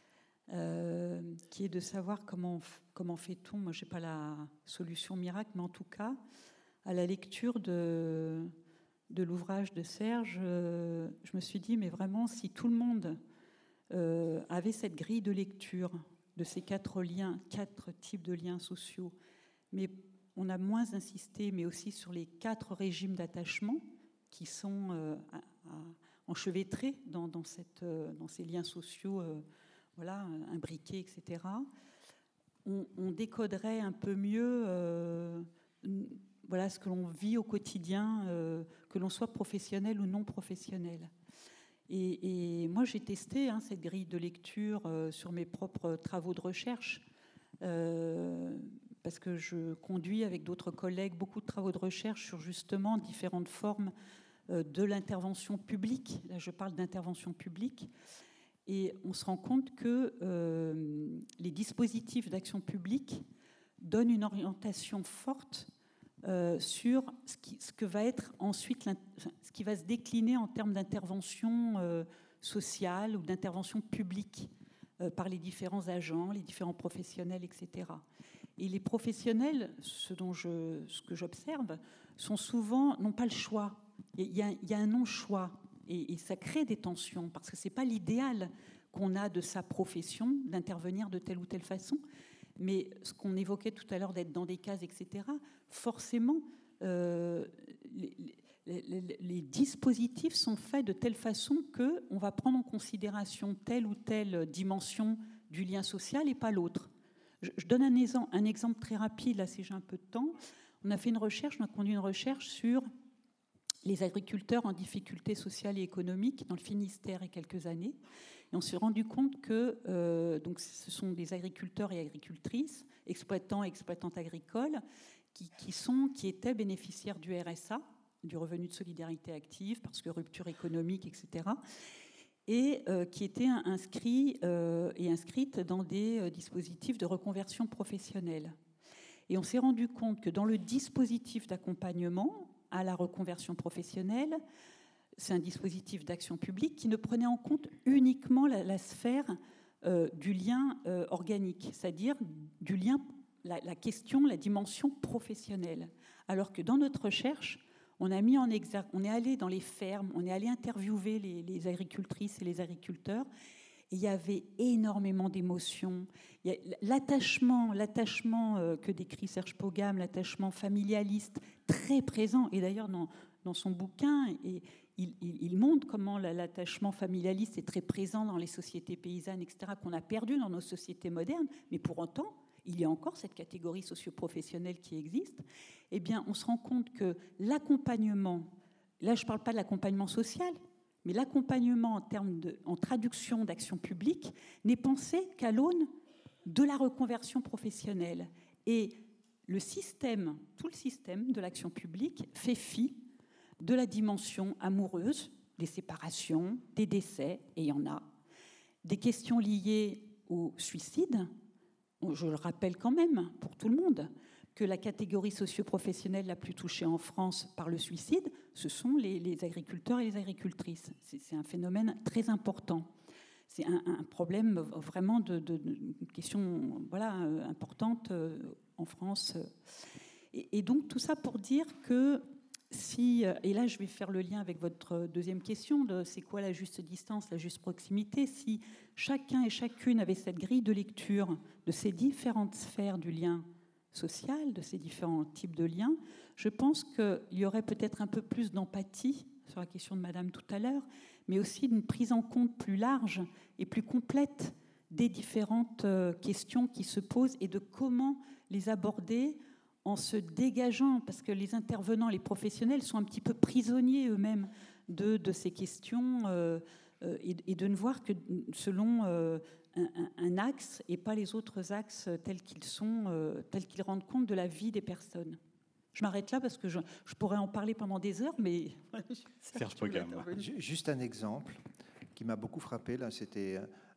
euh, qui est de savoir comment, comment fait-on. Moi, je n'ai pas la solution miracle, mais en tout cas, à la lecture de, de l'ouvrage de Serge, euh, je me suis dit, mais vraiment, si tout le monde euh, avait cette grille de lecture de ces quatre liens, quatre types de liens sociaux, mais on a moins insisté, mais aussi sur les quatre régimes d'attachement qui sont euh, à, à, enchevêtrés dans, dans, cette, euh, dans ces liens sociaux, euh, voilà, imbriqués, et cetera. On, on décoderait un peu mieux euh, voilà, ce que l'on vit au quotidien, euh, que l'on soit professionnel ou non professionnel. Et, et moi, j'ai testé hein, cette grille de lecture euh, sur mes propres travaux de recherche. Euh, parce que je conduis avec d'autres collègues beaucoup de travaux de recherche sur justement différentes formes de l'intervention publique. Là, je parle d'intervention publique. Et on se rend compte que euh, les dispositifs d'action publique donnent une orientation forte euh, sur ce, qui, ce que va être ensuite, ce qui va se décliner en termes d'intervention euh, sociale ou d'intervention publique euh, par les différents agents, les différents professionnels, et cetera. Et les professionnels, ce, dont je, ce que j'observe, sont souvent, n'ont pas le choix. Il y a, il y a un non-choix. Et, et ça crée des tensions, parce que ce n'est pas l'idéal qu'on a de sa profession, d'intervenir de telle ou telle façon. Mais ce qu'on évoquait tout à l'heure, d'être dans des cases, et cetera, forcément, euh, les, les, les, les dispositifs sont faits de telle façon qu'on va prendre en considération telle ou telle dimension du lien social et pas l'autre. Je donne un exemple, un exemple très rapide, là, si j'ai un peu de temps. On a fait une recherche, on a conduit une recherche sur les agriculteurs en difficulté sociale et économique dans le Finistère il y a quelques années. Et on s'est rendu compte que euh, donc ce sont des agriculteurs et agricultrices, exploitants et exploitantes agricoles, qui, qui, sont, qui étaient bénéficiaires du R S A, du revenu de solidarité active, parce que rupture économique, et cetera, et euh, qui étaient inscrits euh, et inscrites dans des euh, dispositifs de reconversion professionnelle. Et on s'est rendu compte que dans le dispositif d'accompagnement à la reconversion professionnelle, c'est un dispositif d'action publique qui ne prenait en compte uniquement la, la sphère euh, du lien euh, organique, c'est-à-dire du lien, la, la question, la dimension professionnelle. Alors que dans notre recherche, on a mis en exergue, on est allé dans les fermes, on est allé interviewer les, les agricultrices et les agriculteurs, et il y avait énormément d'émotions. Il y a l'attachement, l'attachement euh, que décrit Serge Pogam, l'attachement familialiste, très présent. Et d'ailleurs, dans, dans son bouquin, et, il, il, il montre comment l'attachement familialiste est très présent dans les sociétés paysannes, et cetera, qu'on a perdu dans nos sociétés modernes. Mais pour autant, il y a encore cette catégorie socio-professionnelle qui existe. Eh bien, on se rend compte que l'accompagnement, là, je ne parle pas de l'accompagnement social, mais l'accompagnement en termes de, en traduction d'action publique n'est pensé qu'à l'aune de la reconversion professionnelle. Et le système, tout le système de l'action publique fait fi de la dimension amoureuse, des séparations, des décès, et il y en a, des questions liées au suicide. Je le rappelle quand même pour tout le monde que la catégorie socio-professionnelle la plus touchée en France par le suicide, ce sont les, les agriculteurs et les agricultrices. C'est, c'est un phénomène très important. C'est un, un problème vraiment de, de, de une question voilà, importante en France. Et, et donc tout ça pour dire que si, et là je vais faire le lien avec votre deuxième question, de c'est quoi la juste distance, la juste proximité, si chacun et chacune avait cette grille de lecture de ces différentes sphères du lien social, de ces différents types de liens, je pense qu'il y aurait peut-être un peu plus d'empathie sur la question de Madame tout à l'heure, mais aussi d'une prise en compte plus large et plus complète des différentes questions qui se posent et de comment les aborder en se dégageant, parce que les intervenants, les professionnels sont un petit peu prisonniers eux-mêmes de, de ces questions euh, et, et de ne voir que selon euh, un, un axe et pas les autres axes tels qu'ils sont, euh, tels qu'ils rendent compte de la vie des personnes. Je m'arrête là parce que je, je pourrais en parler pendant des heures, mais... Serge Pogam. Juste un exemple qui m'a beaucoup frappé, là, c'était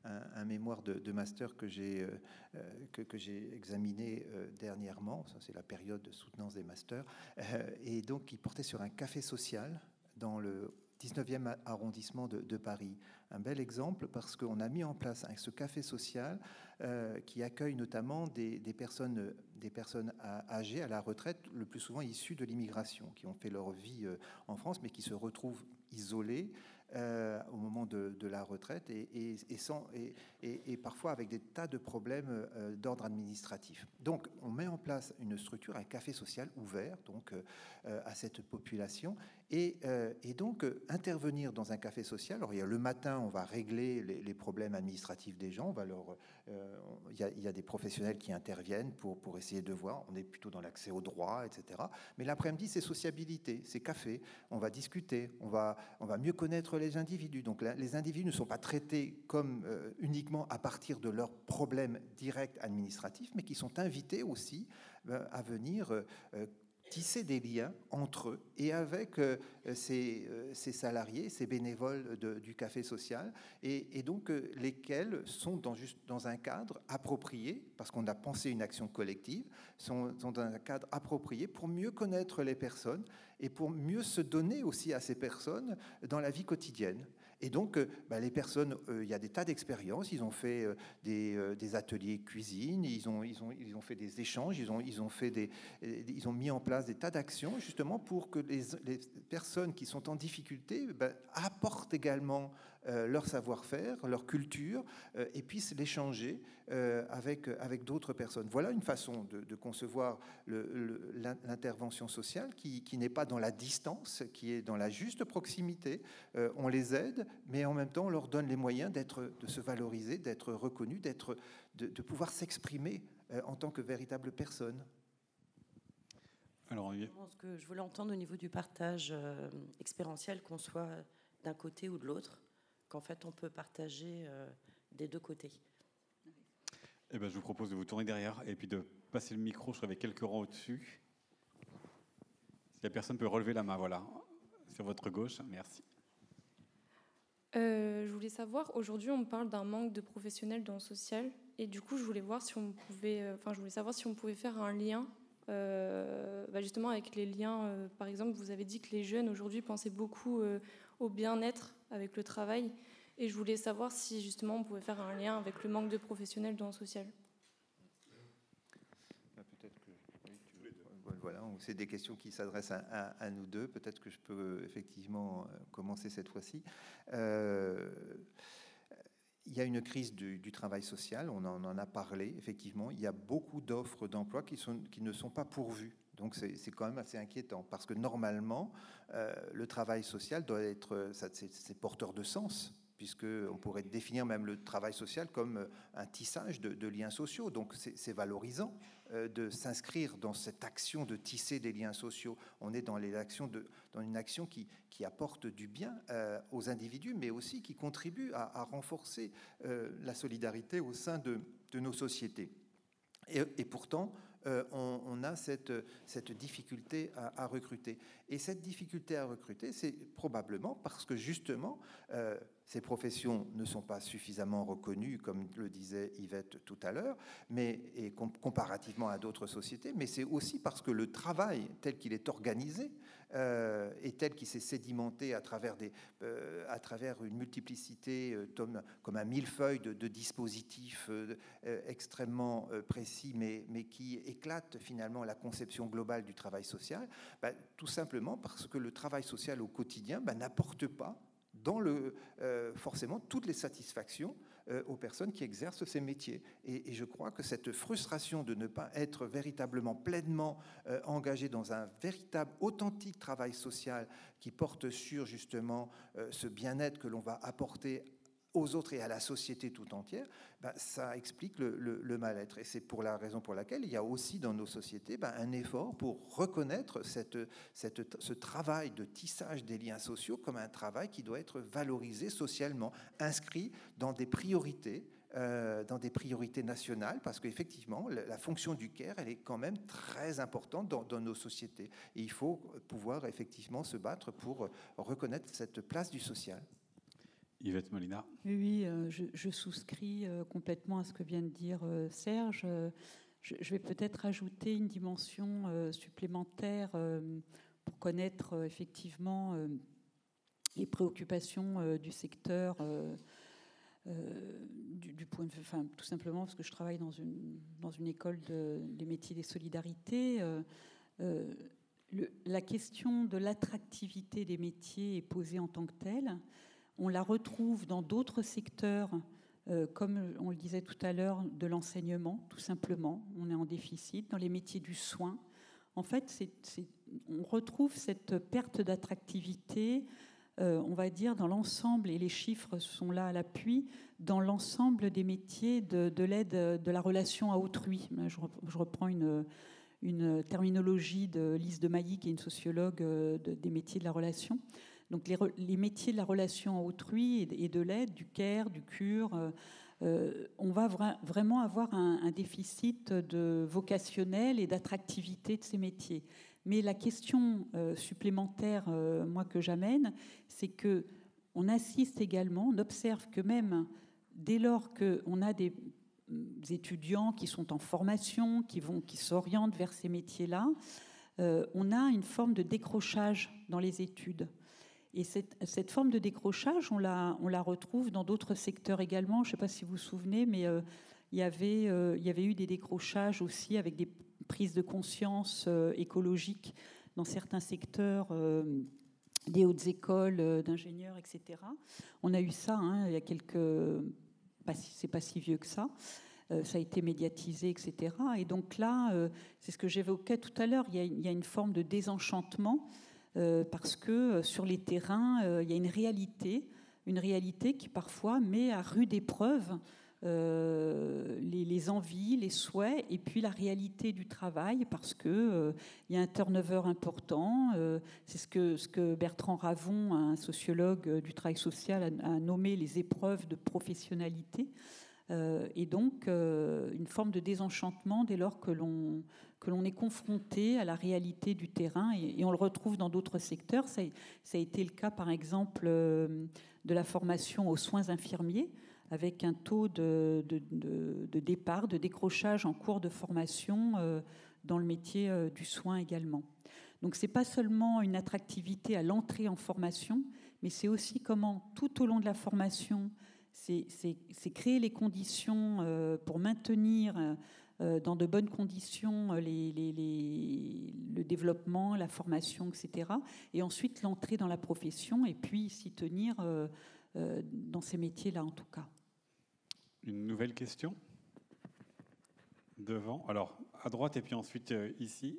un, un mémoire de, de master que j'ai euh, que, que j'ai examiné euh, dernièrement. Ça, c'est la période de soutenance des masters, euh, et donc qui portait sur un café social dans le dix-neuvième arrondissement de, de Paris. Un bel exemple parce qu'on a mis en place avec ce café social euh, qui accueille notamment des, des, personnes, des personnes âgées à la retraite, le plus souvent issues de l'immigration, qui ont fait leur vie euh, en France, mais qui se retrouvent isolées euh, au moment de, de la retraite et, et, et, sans, et, et, et parfois avec des tas de problèmes euh, d'ordre administratif. Donc, on met en place une structure, un café social ouvert donc, euh, à cette population. Et, euh, et donc, euh, intervenir dans un café social, alors il y a le matin, on va régler les, les problèmes administratifs des gens, on va leur, euh, il, y a, il y a des professionnels qui interviennent pour, pour essayer de voir, on est plutôt dans l'accès aux droits, et cetera. Mais l'après-midi, c'est sociabilité, c'est café, on va discuter, on va, on va mieux connaître les individus. Donc là, les individus ne sont pas traités comme euh, uniquement à partir de leurs problèmes directs administratifs, mais qui sont invités aussi euh, à venir euh, tisser des liens entre eux et avec euh, ces, euh, ces salariés, ces bénévoles de, du café social, et, et donc euh, lesquels sont dans, juste, dans un cadre approprié, parce qu'on a pensé une action collective, sont, sont dans un cadre approprié pour mieux connaître les personnes et pour mieux se donner aussi à ces personnes dans la vie quotidienne. Et donc, euh, bah, les personnes, il euh, y a des tas d'expériences. Ils ont fait euh, des, euh, des ateliers cuisine, ils ont, ils ont, ils ont fait des échanges, ils ont, ils ont fait des, ils ont mis en place des tas d'actions justement pour que les, les personnes qui sont en difficulté bah, apportent également euh, leur savoir-faire, leur culture, euh, et puissent l'échanger euh, avec avec d'autres personnes. Voilà une façon de, de concevoir le, le, l'intervention sociale qui, qui n'est pas dans la distance, qui est dans la juste proximité. Euh, on les aide, mais en même temps, on leur donne les moyens d'être, de se valoriser, d'être reconnus, d'être, de, de pouvoir s'exprimer euh, en tant que véritable personne. Alors, ce que je voulais entendre au niveau du partage euh, expérientiel, qu'on soit d'un côté ou de l'autre, qu'en fait, on peut partager euh, des deux côtés. Eh ben, je vous propose de vous tourner derrière et puis de passer le micro. Je serai avec quelques rangs au-dessus. Si la personne peut relever la main, voilà, sur votre gauche. Merci. Euh, je voulais savoir, aujourd'hui on parle d'un manque de professionnels dans le social, et du coup je voulais voir si on pouvait, euh, enfin je voulais savoir si on pouvait faire un lien, euh, bah justement avec les liens, euh, par exemple vous avez dit que les jeunes aujourd'hui pensaient beaucoup euh, au bien-être avec le travail, et je voulais savoir si justement on pouvait faire un lien avec le manque de professionnels dans le social. Voilà, c'est des questions qui s'adressent à, à, à nous deux. Peut-être que je peux effectivement commencer cette fois-ci. Euh, il y a une crise du, du travail social, on en, on en a parlé, effectivement. Il y a beaucoup d'offres d'emploi qui, sont, qui ne sont pas pourvues. Donc c'est, c'est quand même assez inquiétant, parce que normalement, euh, le travail social doit être, ça, c'est, c'est porteur de sens, puisqu'on pourrait définir même le travail social comme un tissage de, de liens sociaux. Donc c'est, c'est valorisant euh, de s'inscrire dans cette action de tisser des liens sociaux. On est dans, les actions de, dans une action qui, qui apporte du bien euh, aux individus, mais aussi qui contribue à, à renforcer euh, la solidarité au sein de, de nos sociétés. Et, et pourtant, euh, on, on a cette, cette difficulté à, à recruter. Et cette difficulté à recruter, c'est probablement parce que justement, euh, ces professions ne sont pas suffisamment reconnues, comme le disait Yvette tout à l'heure, mais et com- comparativement à d'autres sociétés, mais c'est aussi parce que le travail tel qu'il est organisé euh, et tel qu'il s'est sédimenté à travers, des, euh, à travers une multiplicité, euh, comme, comme un millefeuille de, de dispositifs euh, euh, extrêmement euh, précis, mais, mais qui éclate finalement la conception globale du travail social, bah, tout simplement parce que le travail social au quotidien bah, n'apporte pas dans le, euh, forcément toutes les satisfactions euh, aux personnes qui exercent ces métiers. Et, et je crois que cette frustration de ne pas être véritablement pleinement euh, engagé dans un véritable, authentique travail social qui porte sur justement euh, ce bien-être que l'on va apporter aux autres et à la société tout entière, ben, ça explique le, le, le mal-être. Et c'est pour la raison pour laquelle il y a aussi dans nos sociétés ben, un effort pour reconnaître cette, cette, ce travail de tissage des liens sociaux comme un travail qui doit être valorisé socialement, inscrit dans des priorités, euh, dans des priorités nationales, parce qu'effectivement, la, la fonction du care, elle est quand même très importante dans, dans nos sociétés. Et il faut pouvoir effectivement se battre pour reconnaître cette place du social. Yvette Molina. Oui, oui euh, je, je souscris euh, complètement à ce que vient de dire euh, Serge. Euh, je, je vais peut-être ajouter une dimension euh, supplémentaire euh, pour connaître euh, effectivement euh, les préoccupations euh, du secteur. Euh, Euh, du, du point de vue, enfin, tout simplement parce que je travaille dans une, dans une école de, des métiers des solidarités. Euh, euh, le, la question de l'attractivité des métiers est posée en tant que telle. On la retrouve dans d'autres secteurs, euh, comme on le disait tout à l'heure, de l'enseignement, tout simplement. On est en déficit. Dans les métiers du soin, en fait, c'est, c'est, on retrouve cette perte d'attractivité. Euh, on va dire dans l'ensemble, et les chiffres sont là à l'appui, dans l'ensemble des métiers de, de l'aide, de la relation à autrui. Je, je reprends une, une terminologie de Lise de Mailly, qui est une sociologue de, des métiers de la relation. Donc les, les métiers de la relation à autrui et de, et de l'aide, du care, du cure, euh, euh, on va vra- vraiment avoir un, un déficit de vocationnel et d'attractivité de ces métiers. Mais la question euh, supplémentaire, euh, moi, que j'amène, c'est qu'on assiste également, on observe que même dès lors qu'on a des étudiants qui sont en formation, qui, vont, qui s'orientent vers ces métiers-là, euh, on a une forme de décrochage dans les études. Et cette, cette forme de décrochage, on la, on la retrouve dans d'autres secteurs également. Je ne sais pas si vous vous souvenez, mais euh, il y avait, euh, il y avait eu des décrochages aussi avec des prise de conscience euh, écologique dans certains secteurs euh, des hautes écoles euh, d'ingénieurs, et cetera. On a eu ça hein, il y a quelques... Pas si, c'est pas si vieux que ça. Euh, ça a été médiatisé, et cetera. Et donc là, euh, c'est ce que j'évoquais tout à l'heure, il y a, il y a une forme de désenchantement euh, parce que euh, sur les terrains, euh, il y a une réalité, une réalité qui parfois met à rude épreuve Euh, les, les envies, les souhaits, et puis la réalité du travail, parce qu'il euh, y a un turnover important. Euh, c'est ce que, ce que Bertrand Ravon, un sociologue du travail social, a, a nommé les épreuves de professionnalité. Euh, et donc, euh, une forme de désenchantement dès lors que l'on, que l'on est confronté à la réalité du terrain, et, et on le retrouve dans d'autres secteurs. Ça, ça a été le cas, par exemple, euh, de la formation aux soins infirmiers, avec un taux de, de, de, de départ, de décrochage en cours de formation euh, dans le métier euh, du soin également. Donc ce n'est pas seulement une attractivité à l'entrée en formation, mais c'est aussi comment tout au long de la formation, c'est, c'est, c'est créer les conditions euh, pour maintenir euh, dans de bonnes conditions les, les, les, le développement, la formation, et cetera. Et ensuite l'entrée dans la profession et puis s'y tenir euh, euh, dans ces métiers-là en tout cas. Une nouvelle question ? Devant. Alors, à droite et puis ensuite euh, ici.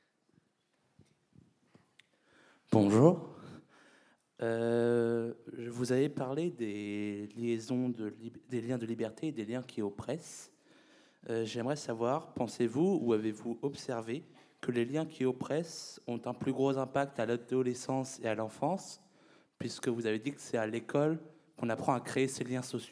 Bonjour. Euh, vous avez parlé des liaisons, de, des liens de liberté et des liens qui oppressent. Euh, j'aimerais savoir, pensez-vous ou avez-vous observé que les liens qui oppressent ont un plus gros impact à l'adolescence et à l'enfance, puisque vous avez dit que c'est à l'école qu'on apprend à créer ces liens sociaux ?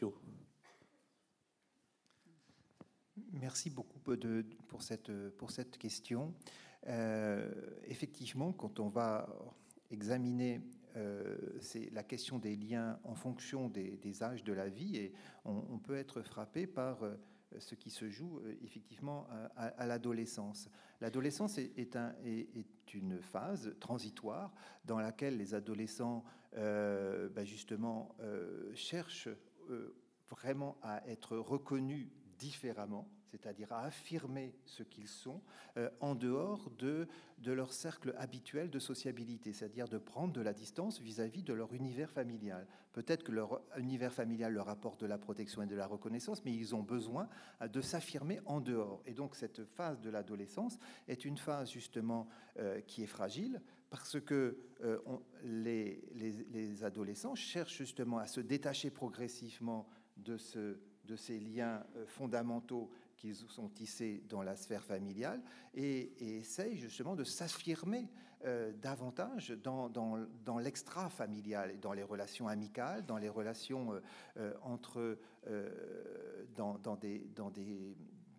Merci beaucoup de, pour, cette, pour cette question. Euh, effectivement, quand on va examiner euh, c'est la question des liens en fonction des, des âges de la vie, et on, on peut être frappé par euh, ce qui se joue euh, effectivement à, à l'adolescence. L'adolescence est, est, un, est, est une phase transitoire dans laquelle les adolescents euh, ben justement euh, cherchent euh, vraiment à être reconnus différemment, c'est-à-dire à affirmer ce qu'ils sont euh, en dehors de, de leur cercle habituel de sociabilité, c'est-à-dire de prendre de la distance vis-à-vis de leur univers familial. Peut-être que leur univers familial leur apporte de la protection et de la reconnaissance, mais ils ont besoin de s'affirmer en dehors. Et donc cette phase de l'adolescence est une phase justement euh, qui est fragile, parce que euh, on, les, les, les adolescents cherchent justement à se détacher progressivement de ce de ces liens fondamentaux qu'ils sont tissés dans la sphère familiale et, et essayent justement de s'affirmer euh, davantage dans, dans, dans l'extra-familial, et dans les relations amicales, dans les relations euh, entre, euh, dans, dans, des, dans, des,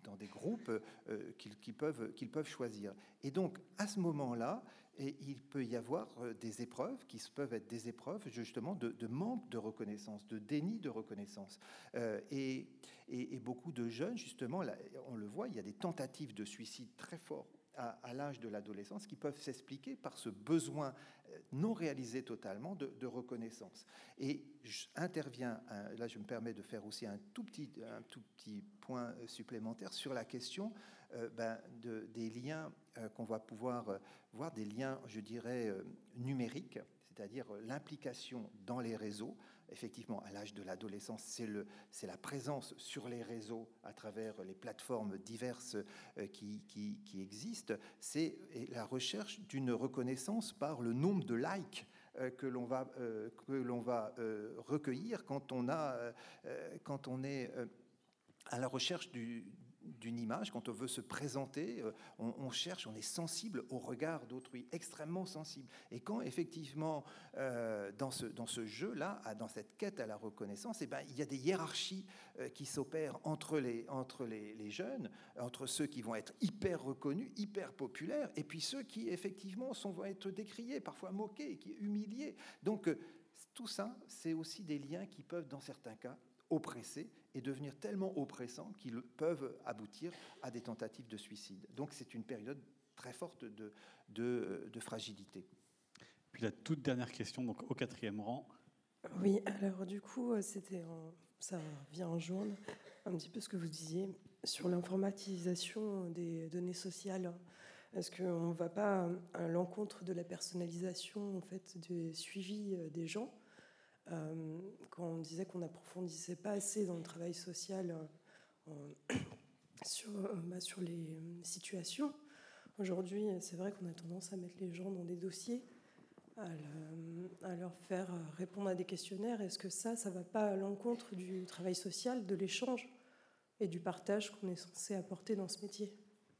dans des groupes euh, qu'ils, qu'ils peuvent, qu'ils peuvent choisir. Et donc, à ce moment-là, et il peut y avoir des épreuves qui peuvent être des épreuves justement de, de manque de reconnaissance, de déni de reconnaissance. Euh, et, et, et beaucoup de jeunes, justement, là, on le voit, il y a des tentatives de suicide très forts à, à l'âge de l'adolescence qui peuvent s'expliquer par ce besoin non réalisé totalement de, de reconnaissance. Et j'interviens, là je me permets de faire aussi un tout petit, un tout petit point supplémentaire sur la question euh, ben, de, des liens euh, qu'on va pouvoir euh, voir, des liens, je dirais, euh, numériques, c'est-à-dire l'implication dans les réseaux. Effectivement, à l'âge de l'adolescence, c'est, le, c'est la présence sur les réseaux à travers les plateformes diverses euh, qui, qui, qui existent. C'est la recherche d'une reconnaissance par le nombre de likes euh, que l'on va, euh, que l'on va euh, recueillir quand on, a, euh, quand on est euh, à la recherche du d'une image, quand on veut se présenter, on, on cherche, on est sensible au regard d'autrui, extrêmement sensible. Et quand effectivement, euh, dans ce, dans ce jeu-là, dans cette quête à la reconnaissance, eh ben, il y a des hiérarchies euh, qui s'opèrent entre, les, entre les, les jeunes, entre ceux qui vont être hyper reconnus, hyper populaires, et puis ceux qui effectivement sont, vont être décriés, parfois moqués, qui humiliés. Donc euh, tout ça, c'est aussi des liens qui peuvent, dans certains cas, oppressés et devenir tellement oppressants qu'ils peuvent aboutir à des tentatives de suicide. Donc c'est une période très forte de, de, de fragilité. Puis la toute dernière question, donc au quatrième rang. Oui, alors du coup, c'était en, ça vient en jaune, un petit peu ce que vous disiez sur l'informatisation des données sociales. Est-ce qu'on ne va pas à l'encontre de la personnalisation en fait, du suivi des gens ? Euh, quand on disait qu'on n'approfondissait pas assez dans le travail social euh, sur, euh, bah, sur les situations, aujourd'hui, c'est vrai qu'on a tendance à mettre les gens dans des dossiers, à, le, à leur faire répondre à des questionnaires. Est-ce que ça, ça ne va pas à l'encontre du travail social, de l'échange et du partage qu'on est censé apporter dans ce métier ?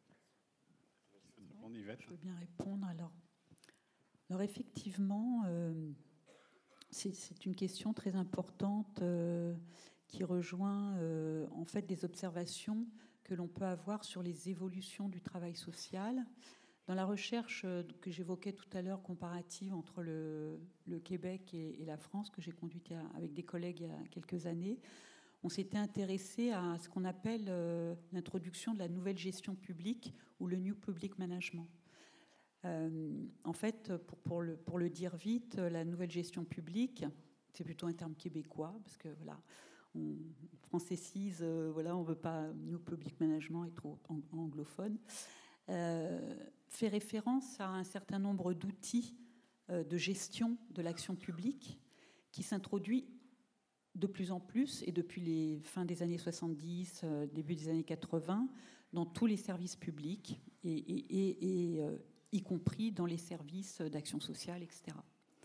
Je veux bien répondre. Alors, alors effectivement... Euh, C'est une question très importante euh, qui rejoint euh, en fait des observations que l'on peut avoir sur les évolutions du travail social. Dans la recherche euh, que j'évoquais tout à l'heure, comparative entre le, le Québec et, et la France, que j'ai conduite à, avec des collègues il y a quelques années, on s'était intéressé à ce qu'on appelle euh, l'introduction de la nouvelle gestion publique ou le New Public Management. Euh, en fait, pour, pour, le, pour le dire vite, la nouvelle gestion publique, c'est plutôt un terme québécois, parce que voilà, on francécise, euh, voilà, on ne veut pas New Public Management est trop anglophone, euh, fait référence à un certain nombre d'outils euh, de gestion de l'action publique qui s'introduit de plus en plus, et depuis les fins des années soixante-dix, euh, début des années quatre-vingts, dans tous les services publics, et, et, et, et euh, y compris dans les services d'action sociale, et cetera.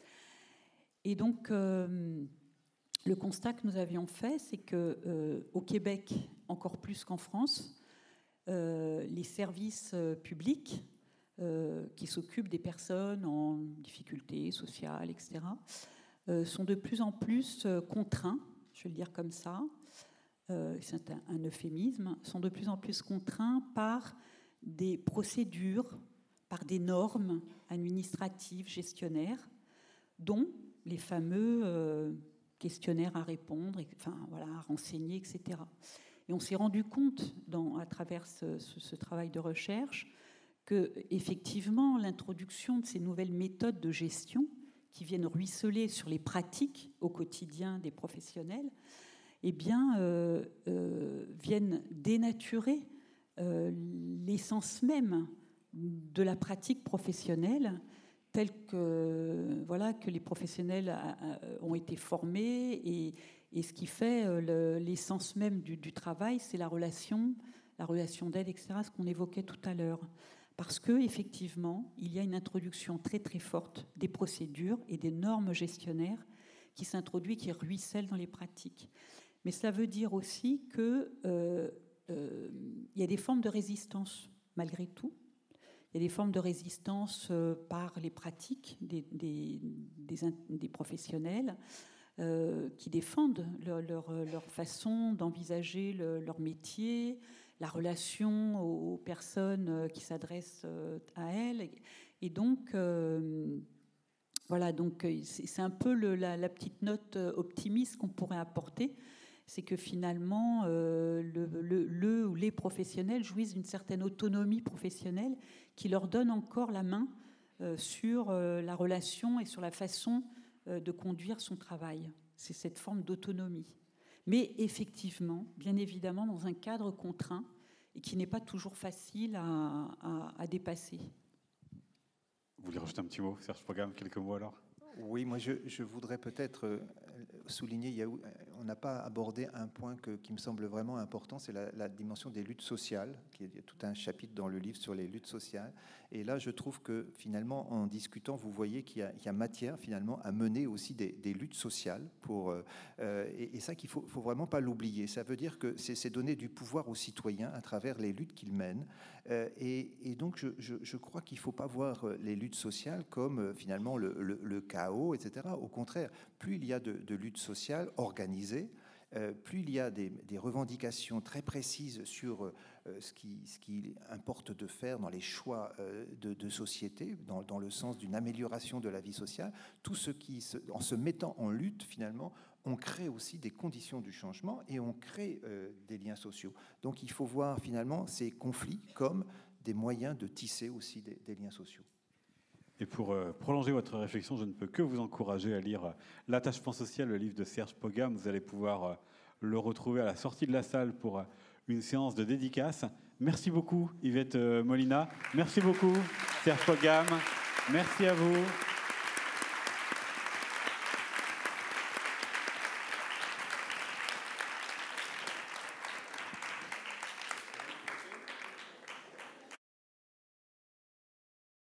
Et donc, euh, le constat que nous avions fait, c'est que euh, au Québec, encore plus qu'en France, euh, les services publics euh, qui s'occupent des personnes en difficulté sociale, et cetera, euh, sont de plus en plus euh, contraints, je vais le dire comme ça, euh, c'est un, un euphémisme, sont de plus en plus contraints par des procédures, par des normes administratives, gestionnaires, dont les fameux euh, questionnaires à répondre, et, enfin, voilà, à renseigner, et cetera. Et on s'est rendu compte, dans, à travers ce, ce, ce travail de recherche, que effectivement, l'introduction de ces nouvelles méthodes de gestion qui viennent ruisseler sur les pratiques au quotidien des professionnels, eh bien, euh, euh, viennent dénaturer euh, l'essence même de la pratique professionnelle telle que, voilà, que les professionnels a, a, ont été formés, et, et ce qui fait le, l'essence même du, du travail, c'est la relation, la relation d'aide, et cetera, ce qu'on évoquait tout à l'heure. Parce qu'effectivement, il y a une introduction très très forte des procédures et des normes gestionnaires qui s'introduisent, qui ruissellent dans les pratiques. Mais cela veut dire aussi qu'il euh, euh, y a des formes de résistance, malgré tout. Il y a des formes de résistance euh, par les pratiques des, des, des, des professionnels euh, qui défendent leur, leur, leur façon d'envisager le, leur métier, la relation aux, aux personnes qui s'adressent à elle. Et donc, euh, voilà, donc c'est, c'est un peu le, la, la petite note optimiste qu'on pourrait apporter. C'est que finalement, euh, le, le, le ou les professionnels jouissent d'une certaine autonomie professionnelle qui leur donne encore la main euh, sur euh, la relation et sur la façon euh, de conduire son travail. C'est cette forme d'autonomie. Mais effectivement, bien évidemment, dans un cadre contraint et qui n'est pas toujours facile à, à, à dépasser. Vous voulez rajouter un petit mot, Serge Pogam, quelques mots alors ? Oui, moi je, je voudrais peut-être souligner, il y a, on n'a pas abordé un point que, qui me semble vraiment important, c'est la, la dimension des luttes sociales. Il y a tout un chapitre dans le livre sur les luttes sociales. Et là, je trouve que finalement, en discutant, vous voyez qu'il y a, il y a matière finalement à mener aussi des, des luttes sociales. Pour, euh, et, et ça, qu'il ne faut, faut vraiment pas l'oublier. Ça veut dire que c'est, c'est donner du pouvoir aux citoyens à travers les luttes qu'ils mènent. Euh, et, et donc, je, je, je crois qu'il ne faut pas voir les luttes sociales comme euh, finalement le, le, le chaos, et cetera. Au contraire, plus il y a de, de luttes sociales organisées, euh, plus il y a des, des revendications très précises sur euh, ce, qui, ce qui importe de faire dans les choix euh, de, de société, dans, dans le sens d'une amélioration de la vie sociale, tout ce qui, se, en se mettant en lutte, finalement, on crée aussi des conditions du changement et on crée euh, des liens sociaux. Donc il faut voir finalement ces conflits comme des moyens de tisser aussi des, des liens sociaux. Et pour euh, prolonger votre réflexion, je ne peux que vous encourager à lire euh, L'attachement social, le livre de Serge Pogam. Vous allez pouvoir euh, le retrouver à la sortie de la salle pour euh, une séance de dédicace. Merci beaucoup Yvette euh, Molina. Merci beaucoup Serge Pogam. Merci à vous.